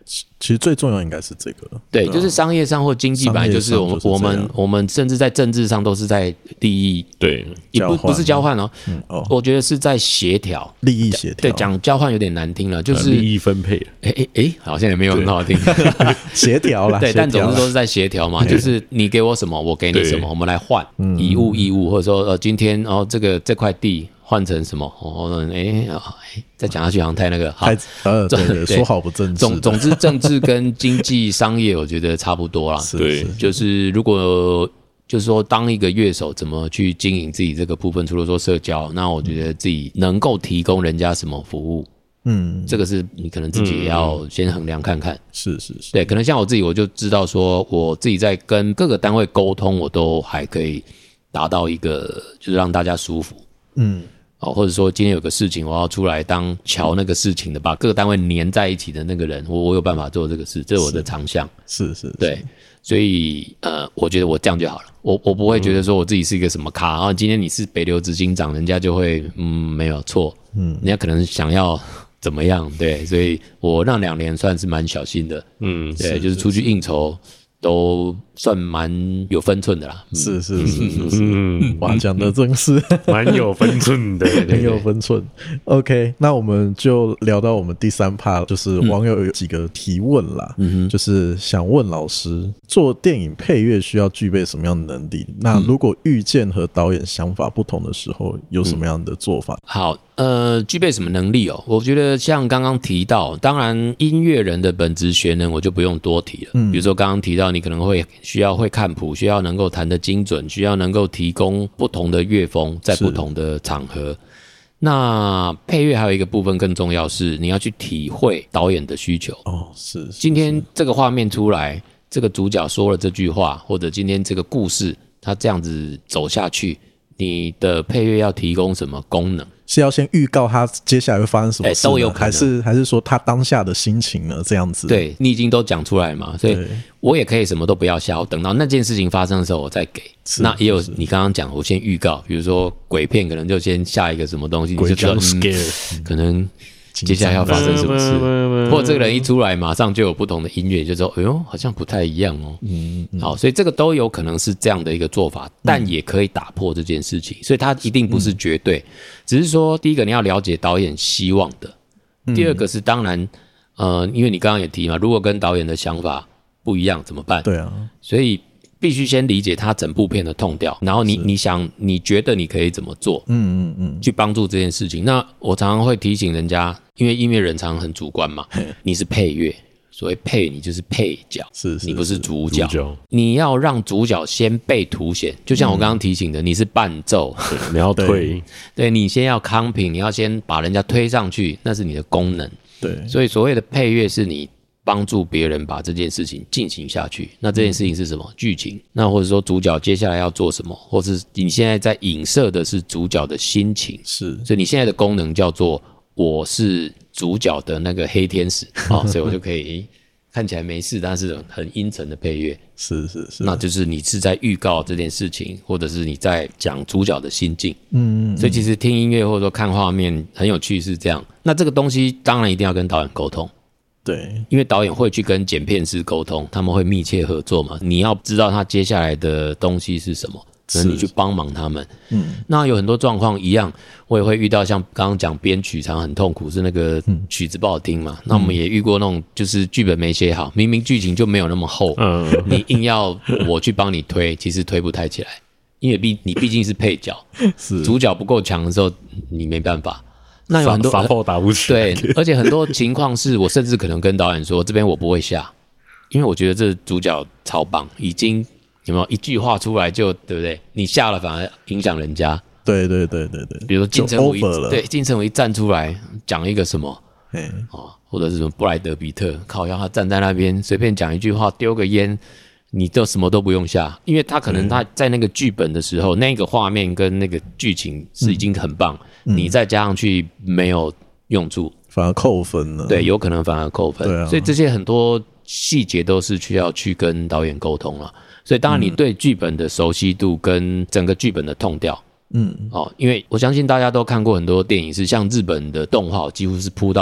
其实最重要应该是这个， 对，对啊、就是商业上或经济本来就是我们我们我们甚至在政治上都是在利益对， 也不不是交换哦、嗯、哦，我觉得是在协调利益协调， 对，讲交换有点难听了，就是利益分配， 哎哎哎，好像也没有很好听， 协调啦， 对，但总之都是在协调嘛，就是你给我什么，我给你什么，我们来换以物易物，或者说呃今天哦这个这块地。换成什么？哦，哎，哎，再讲下去好像太那个，好， 呃，对对，说好不政治。 总总之，政治跟经济商业，我觉得差不多啦。 对， 就是如果就是说，当一个乐手怎么去经营自己这个部分，除了说社交，那我觉得自己能够提供人家什么服务，嗯，这个是你可能自己也要先衡量看看。嗯、 是是是， 对，可能像我自己，我就知道说，我自己在跟各个单位沟通，我都还可以达到一个就是让大家舒服。嗯。哦，或者说今天有个事情，我要出来当瞧那个事情的，把各个单位黏在一起的那个人，我我有办法做这个事，这是我的长项。 是 是, 是， 对，所以呃，我觉得我这样就好了，我我不会觉得说我自己是一个什么咖，然后今天你是北流执行长，人家就会嗯没有错，嗯，人家可能想要怎么样，对，所以我那两年算是蛮小心的，嗯，对，是就是出去应酬。都算蛮有分寸的啦， 嗯、是是是是是，嗯，哇，讲的真是蛮有分寸的， 很有分寸。OK， 那我们就聊到我们第三 part， 就是网友有几个提问啦，嗯、就是想问老师，做电影配乐需要具备什么样的能力？那如果遇见和导演想法不同的时候，有什么样的做法？ 嗯、好。呃，具备什么能力哦？我觉得像刚刚提到，当然音乐人的本质学能我就不用多提了。嗯，比如说刚刚提到，你可能会需要会看谱，需要能够弹得精准，需要能够提供不同的乐风在不同的场合。那配乐还有一个部分更重要是，你要去体会导演的需求。哦，是。是今天这个画面出来，这个主角说了这句话，或者今天这个故事他这样子走下去，你的配乐要提供什么功能？ 是要先预告他接下来会发生什么事、 欸、都有可能， 还是还是说他当下的心情呢？这样子， 对你已经都讲出来嘛，所以我也可以什么都不要下，我等到那件事情发生的时候我再给。那也有你刚刚讲，我先预告，比如说鬼片可能就先下一个什么东西，你就知道、嗯、可能接下来要发生什么事，或者这个人一出来马上就有不同的音乐，就说哎呦好像不太一样哦。嗯嗯好，所以这个都有可能是这样的一个做法，但也可以打破这件事情，所以它一定不是绝对，只是说第一个你要了解导演希望的，第二个是当然呃，因为你刚刚也提嘛，如果跟导演的想法不一样怎么办？ 对啊， 所以必须先理解他整部片的痛调，然后你你想你觉得你可以怎么做，嗯嗯嗯，去帮助这件事情。那我常常会提醒人家，因为音乐人常常很主观嘛，你是配乐，所谓配你就是配角， 是是你不是主角，主角你要让主角先被凸显。就像我刚刚提醒的，嗯、你是伴奏， 你要推， 对, 对你先要康平，你要先把人家推上去，那是你的功能。 对， 所以所谓的配乐是你帮助别人把这件事情进行下去，那这件事情是什么？剧情，那或者说主角接下来要做什么，或是你现在在影射的是主角的心情， 是， 所以你现在的功能叫做我是主角的那个黑天使哦，所以我就可以看起来没事，但是很阴沉的配乐， 是是是， 那就是你是在预告这件事情，或者是你在讲主角的心境，嗯, 嗯, 嗯，所以其实听音乐或者说看画面很有趣是这样，那这个东西当然一定要跟导演沟通。 对， 因为导演会去跟剪片师沟通，他们会密切合作嘛。你要知道他接下来的东西是什么，可能你去帮忙他们。嗯，那有很多状况一样，我也会遇到像刚刚讲编曲常很痛苦，是那个曲子不好听嘛。嗯、那我们也遇过那种就是剧本没写好，明明剧情就没有那么厚，嗯，你硬要我去帮你推，其实推不太起来，因为毕你毕竟是配角，是主角不够强的时候，你没办法。那有很多法炮打不起来， 对，而且很多情况是我甚至可能跟导演说，这边我不会下，因为我觉得这主角超棒，已经有没有一句话出来就对不对？你下了反而影响人家。 对对对对对， 比如说金城武一对金城武一站出来讲一个什么，哦，或者是什么布莱德比特，靠腰他站在那边随便讲一句话，丢个烟。你都什么都不用下，因为他可能他在那个剧本的时候，嗯、那个画面跟那个剧情是已经很棒，嗯、你再加上去没有用处， 反而扣分了。 对，有可能反而扣分。 对啊， 所以这些很多细节都是需要去跟导演沟通了。所以当然你对剧本的熟悉度跟整个剧本的痛调，嗯，哦，因为我相信大家都看过很多电影，是像日本的动画几乎是铺到满。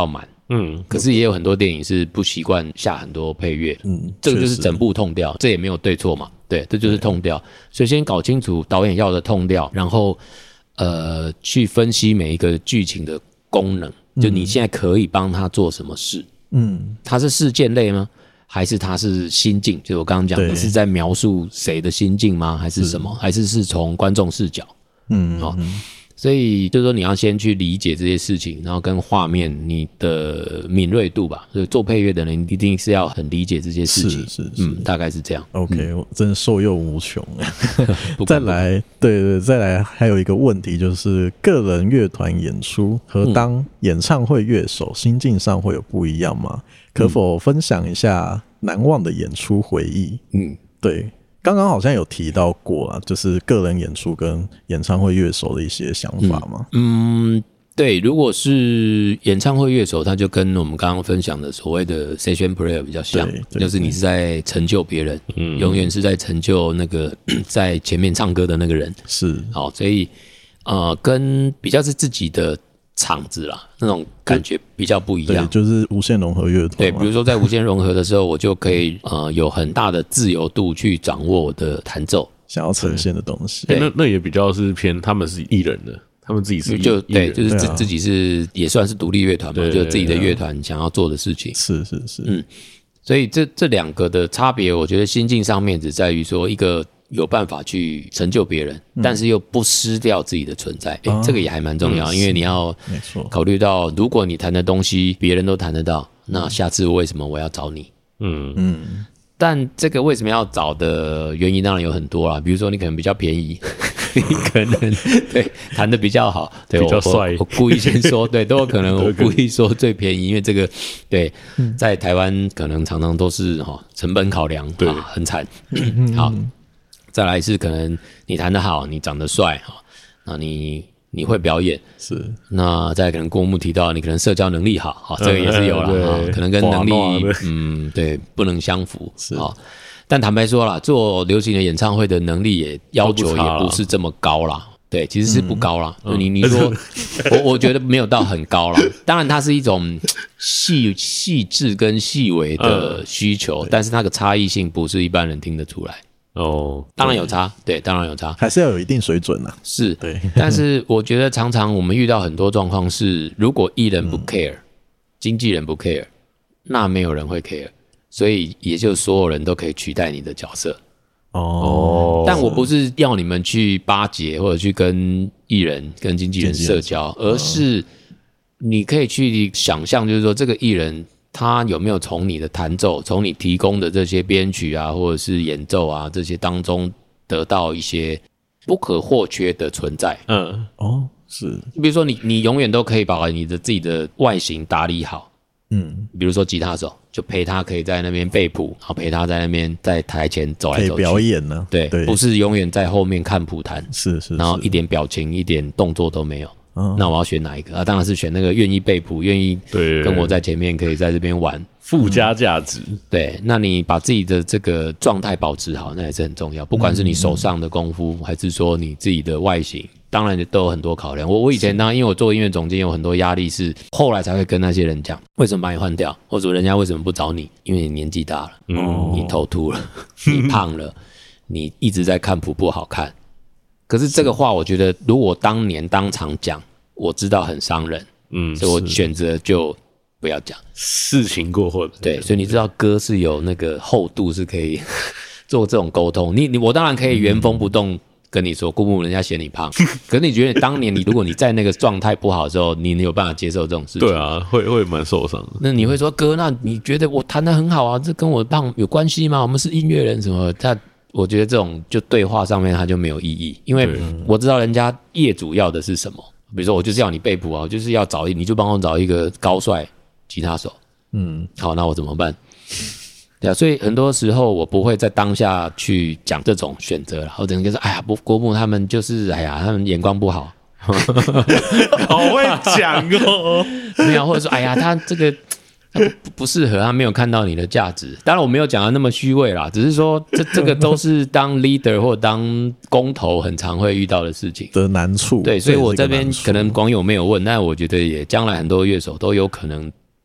嗯，可是也有很多电影是不习惯下很多配乐，嗯，这个就是整部痛调，这也没有对错嘛，对，这就是痛调。所以先搞清楚导演要的痛调，然后呃去分析每一个剧情的功能，就你现在可以帮他做什么事，嗯，他是事件类吗？还是他是心境？就我刚刚讲，你是在描述谁的心境吗？还是什么？还是是从观众视角？嗯，好、哦。所以就是说，你要先去理解这些事情，然后跟画面你的敏锐度吧。所以做配乐的人一定是要很理解这些事情， 是是是， 嗯，大概是这样。 OK，、嗯、我真的受用无穷。再来，对对，再来还有一个问题就是，个人乐团演出和当演唱会乐手，嗯、心境上会有不一样吗？可否分享一下难忘的演出回忆？嗯，对。刚刚好像有提到过啊，就是个人演出跟演唱会乐手的一些想法嘛。 嗯，嗯对，如果是演唱会乐手，他就跟我们刚刚分享的所谓的 session player 比较像，就是你是在成就别人，嗯，永远是在成就那个在前面唱歌的那个人。 是， 好，所以呃，跟比较是自己的场子啦，那种感觉比较不一样。 对，就是无限融合乐团。 对，比如说在无限融合的时候，我就可以呃有很大的自由度去掌握我的弹奏， 想要呈现的东西。 那那也比较是偏他们是艺人的，他们自己是艺就对，就是自、 啊、 自己是也算是独立乐团嘛，就自己的乐团想要做的事情。 是是是， 嗯，所以这这两个的差别，我觉得心境上面只在于说一个。有办法去成就别人，嗯、但是又不失掉自己的存在，欸啊、这个也还蛮重要，嗯、因为你要考虑到，如果你弹的东西别人都弹得到，那下次为什么我要找你？嗯嗯。但这个为什么要找的原因当然有很多啦，比如说你可能比较便宜，你可能对弹得比较好，对比较帅， 我, 我故意先说，对，都有可能我故意说最便宜，因为这个对在台湾可能常常都是哈成本考量，对，啊、很惨。好。再来是可能你弹得好，你长得帅哈，那你你会表演是， 那再来可能郭木提到你可能社交能力好，哈，这个也是有啦，嗯、可能跟能力嗯对不能相符是啊。但坦白说啦，做流行的演唱会的能力也要求也不是这么高啦，对，其实是不高啦。嗯、你你说我我觉得没有到很高啦，当然它是一种细细致跟细微的需求，嗯、但是那个差异性不是一般人听得出来。哦，当然有差，对，当然有差， 还是要有一定水准啊。 是， 对。 但是我觉得常常我们遇到很多状况是，如果艺人不 care，、嗯、经纪人不 care， 那没有人会 care， 所以也就所有人都可以取代你的角色。哦。但我不是要你们去巴结或者去跟艺人、跟经纪人社交，而是你可以去想象，就是说这个艺人。他有没有从你的弹奏，从你提供的这些编曲啊，或者是演奏啊这些当中得到一些不可或缺的存在？ 嗯，哦，是。 比如说你，你永远都可以把你的自己的外形打理好。嗯，比如说吉他手，就陪他可以在那边背谱，然后陪他在那边在台前走来走去， 可以表演呢、啊。 对，对，不是永远在后面看谱弹， 是 是, 是， 然后一点表情、一点动作都没有。嗯、那我要选哪一个啊？当然是选那个愿意背谱、愿意跟我在前面可以在这边玩， 附加价值、 嗯。对，那你把自己的这个状态保持好，那也是很重要。不管是你手上的功夫，嗯、还是说你自己的外形，当然都有很多考量。我我以前当然因为我做音乐总监，有很多压力，是后来才会跟那些人讲，为什么把你换掉，或者人家为什么不找你？因为你年纪大了，嗯、你头秃了，你胖了，你一直在看谱不好看。可是这个话，我觉得如果当年当场讲，我知道很伤人，嗯，所以我选择就不要讲。 事情过后， 对，所以你知道歌是有那个厚度，是可以做这种沟通。你你我当然可以原封不动跟你说，顾木人家嫌你胖，可是你觉得当年你如果你在那个状态不好的时候，你有办法接受这种事情？ 对啊，会会蛮受伤的。 那你会说哥，那你觉得我弹得很好啊，这跟我胖有关系吗？我们是音乐人什么？他。我觉得这种就对话上面它就没有意义，因为我知道人家业主要的是什么。比如说我就是要你背谱啊，我就是要找你就帮我找一个高帅吉他手，嗯，好，那我怎么办？对啊，所以很多时候我不会在当下去讲这种选择了，我只能就说，哎呀，郭木他们就是哎呀，他们眼光不好， 好会讲哦， 没有，或者说哎呀，他这个。他不不适合，他没有看到你的价值。当然我没有讲的那么虚伪啦，只是说这这个都是当 leader 或当工头很常会遇到的事情的难处。 对，所以我这边可能广友没有问，但我觉得也将来很多乐手都有可能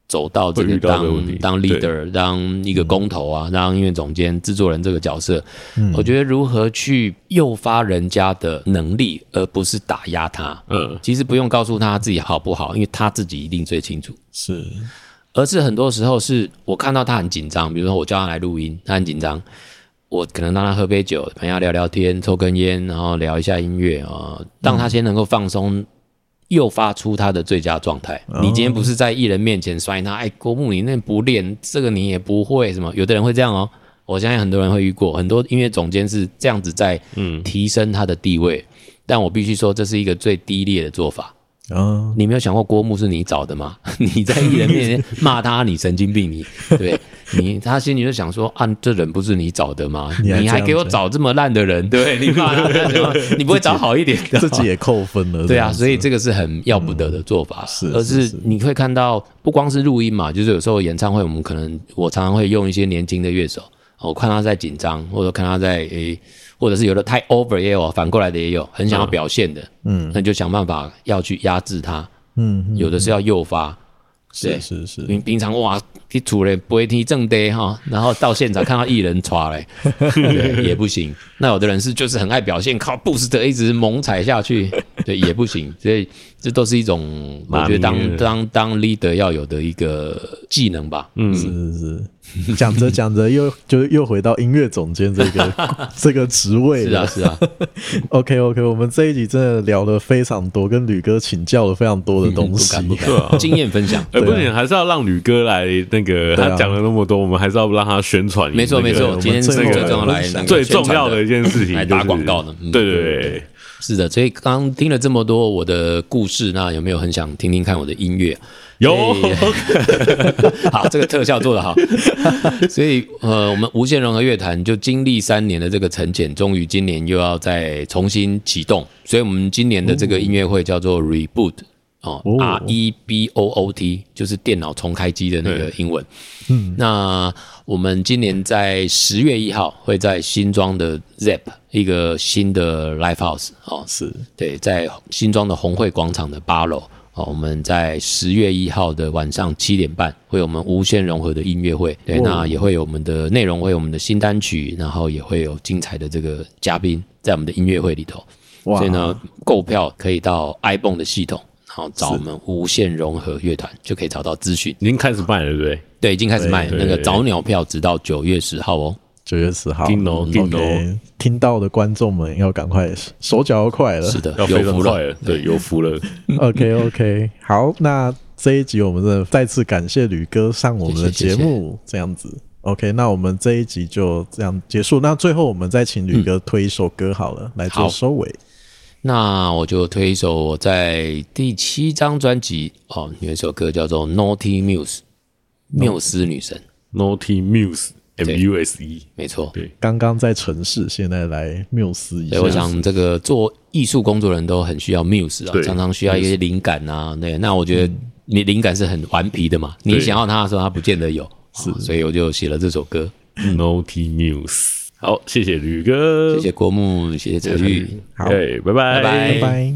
走到这个当当 leader 当一个工头啊，当音乐总监制作人这个角色、嗯、我觉得如何去诱发人家的能力而不是打压他，嗯，其实不用告诉他自己好不好，因为他自己一定最清楚， 是， 而是很多时候是我看到他很紧张，比如说我叫他来录音，他很紧张，我可能让他喝杯酒，陪他聊聊天，抽根烟，然后聊一下音乐啊，让他先能够放松，诱发出他的最佳状态。你今天不是在艺人面前摔他，哎，国木你那不练这个你也不会什么，有的人会这样哦。我相信很多人会遇过，很多音乐总监是这样子在提升他的地位，嗯、但我必须说这是一个最低劣的做法。哦、你没有想过郭木是你找的吗？你在艺人面前骂他，你神经病，你对你他心里就想说啊，这人不是你找的吗？你 还, 你还给我找这么烂的人，对你骂他，你不会找好一点的， 自己也扣分了。 对啊，所以这个是很要不得的做法，嗯、而是你会看到不光是录音嘛，就是有时候演唱会，我们可能我常常会用一些年轻的乐手，我看他在紧张，或者看他在诶。或者是有的太 over 也有，反过来的也有，很想要表现的，嗯，那就想办法要去压制他，嗯，嗯有的是要诱发， 是是是， 平平常哇，去厝咧不会听正day哈，然后到现场看到艺人刷嘞，对，也不行。那有的人是就是很爱表现，靠 boost 一直猛踩下去，对，也不行。所以这都是一种我觉得当当当 leader 要有的一个技能吧。 嗯，是是是。讲着讲着又就又回到音乐总监这个这个职位了。 是啊是啊。 OK OK， 我们这一集真的聊了非常多，跟吕哥请教了非常多的东西， 嗯、不敢不敢啊、经验分享。 呃，不行，还是要让吕哥来那个，他讲了那么多，我们还是要让他宣传、那个。 没错没错，今天最重要来最重要的一件事情、就是， 来打广告的。嗯、 对对对。 是的，所以刚刚听了这么多我的故事，那有没有很想听听看我的音乐？ 有， 好，这个特效做得好。所以呃，我们无限融合乐团就经历三年的这个沉潜，终于今年又要再重新启动。所以我们今年的这个音乐会叫做 Reboot。哦, 哦 R E B O O T 就是电脑重开机的那个英文。嗯，那我们今年在十月一号会在新庄的 Zep 一个新的 Live House 哦， 是对，在新庄的红会广场的八楼哦，我们在十月一号的晚上七点半会有我们无限融合的音乐会。对，哦、那也会有我们的内容，会有我们的新单曲，然后也会有精彩的这个嘉宾在我们的音乐会里头。所以呢，购票可以到 iPhone 的系统。然后找我们无限融合乐团就可以找到资讯， 已经开始卖了，对不对？ 对，已经开始卖了。那个早鸟票直到九月十号哦， 九月十号。 听哦，听哦， 听到的观众们要赶快手脚要快了， 是的， 要非常快了，对，有福了。 OK OK， 好，那这一集我们真的再次感谢吕哥上我们的节目，谢谢谢谢这样子。OK， 那我们这一集就这样结束。那最后我们再请吕哥推一首歌好了，嗯、来做收尾。 那我就推一首我在第七张专辑哦，有一首歌叫做 Naughty Muse 缪斯女神 Naughty Muse M U S E 没错， 对，刚刚在城市，现在来缪斯一下。 对，我想这个做艺术工作人都很需要 Muse 啊，常常需要一些灵感啊。对，那我觉得你灵感是很顽皮的嘛，你想要它的时候，它不见得有，是、哦，所以我就写了这首歌 Naughty Muse。好，谢谢吕哥， 谢谢国木，谢谢哲玉， 好， 拜拜， 拜拜， 拜拜。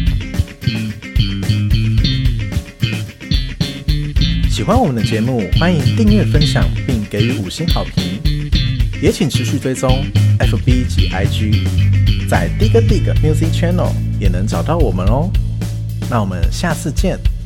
喜欢我们的节目，欢迎订阅、分享，并给予五星好评。也请持续追踪 F B 及 I G， 在 Dig Dig Music Channel 也能找到我们哦。那我们下次见。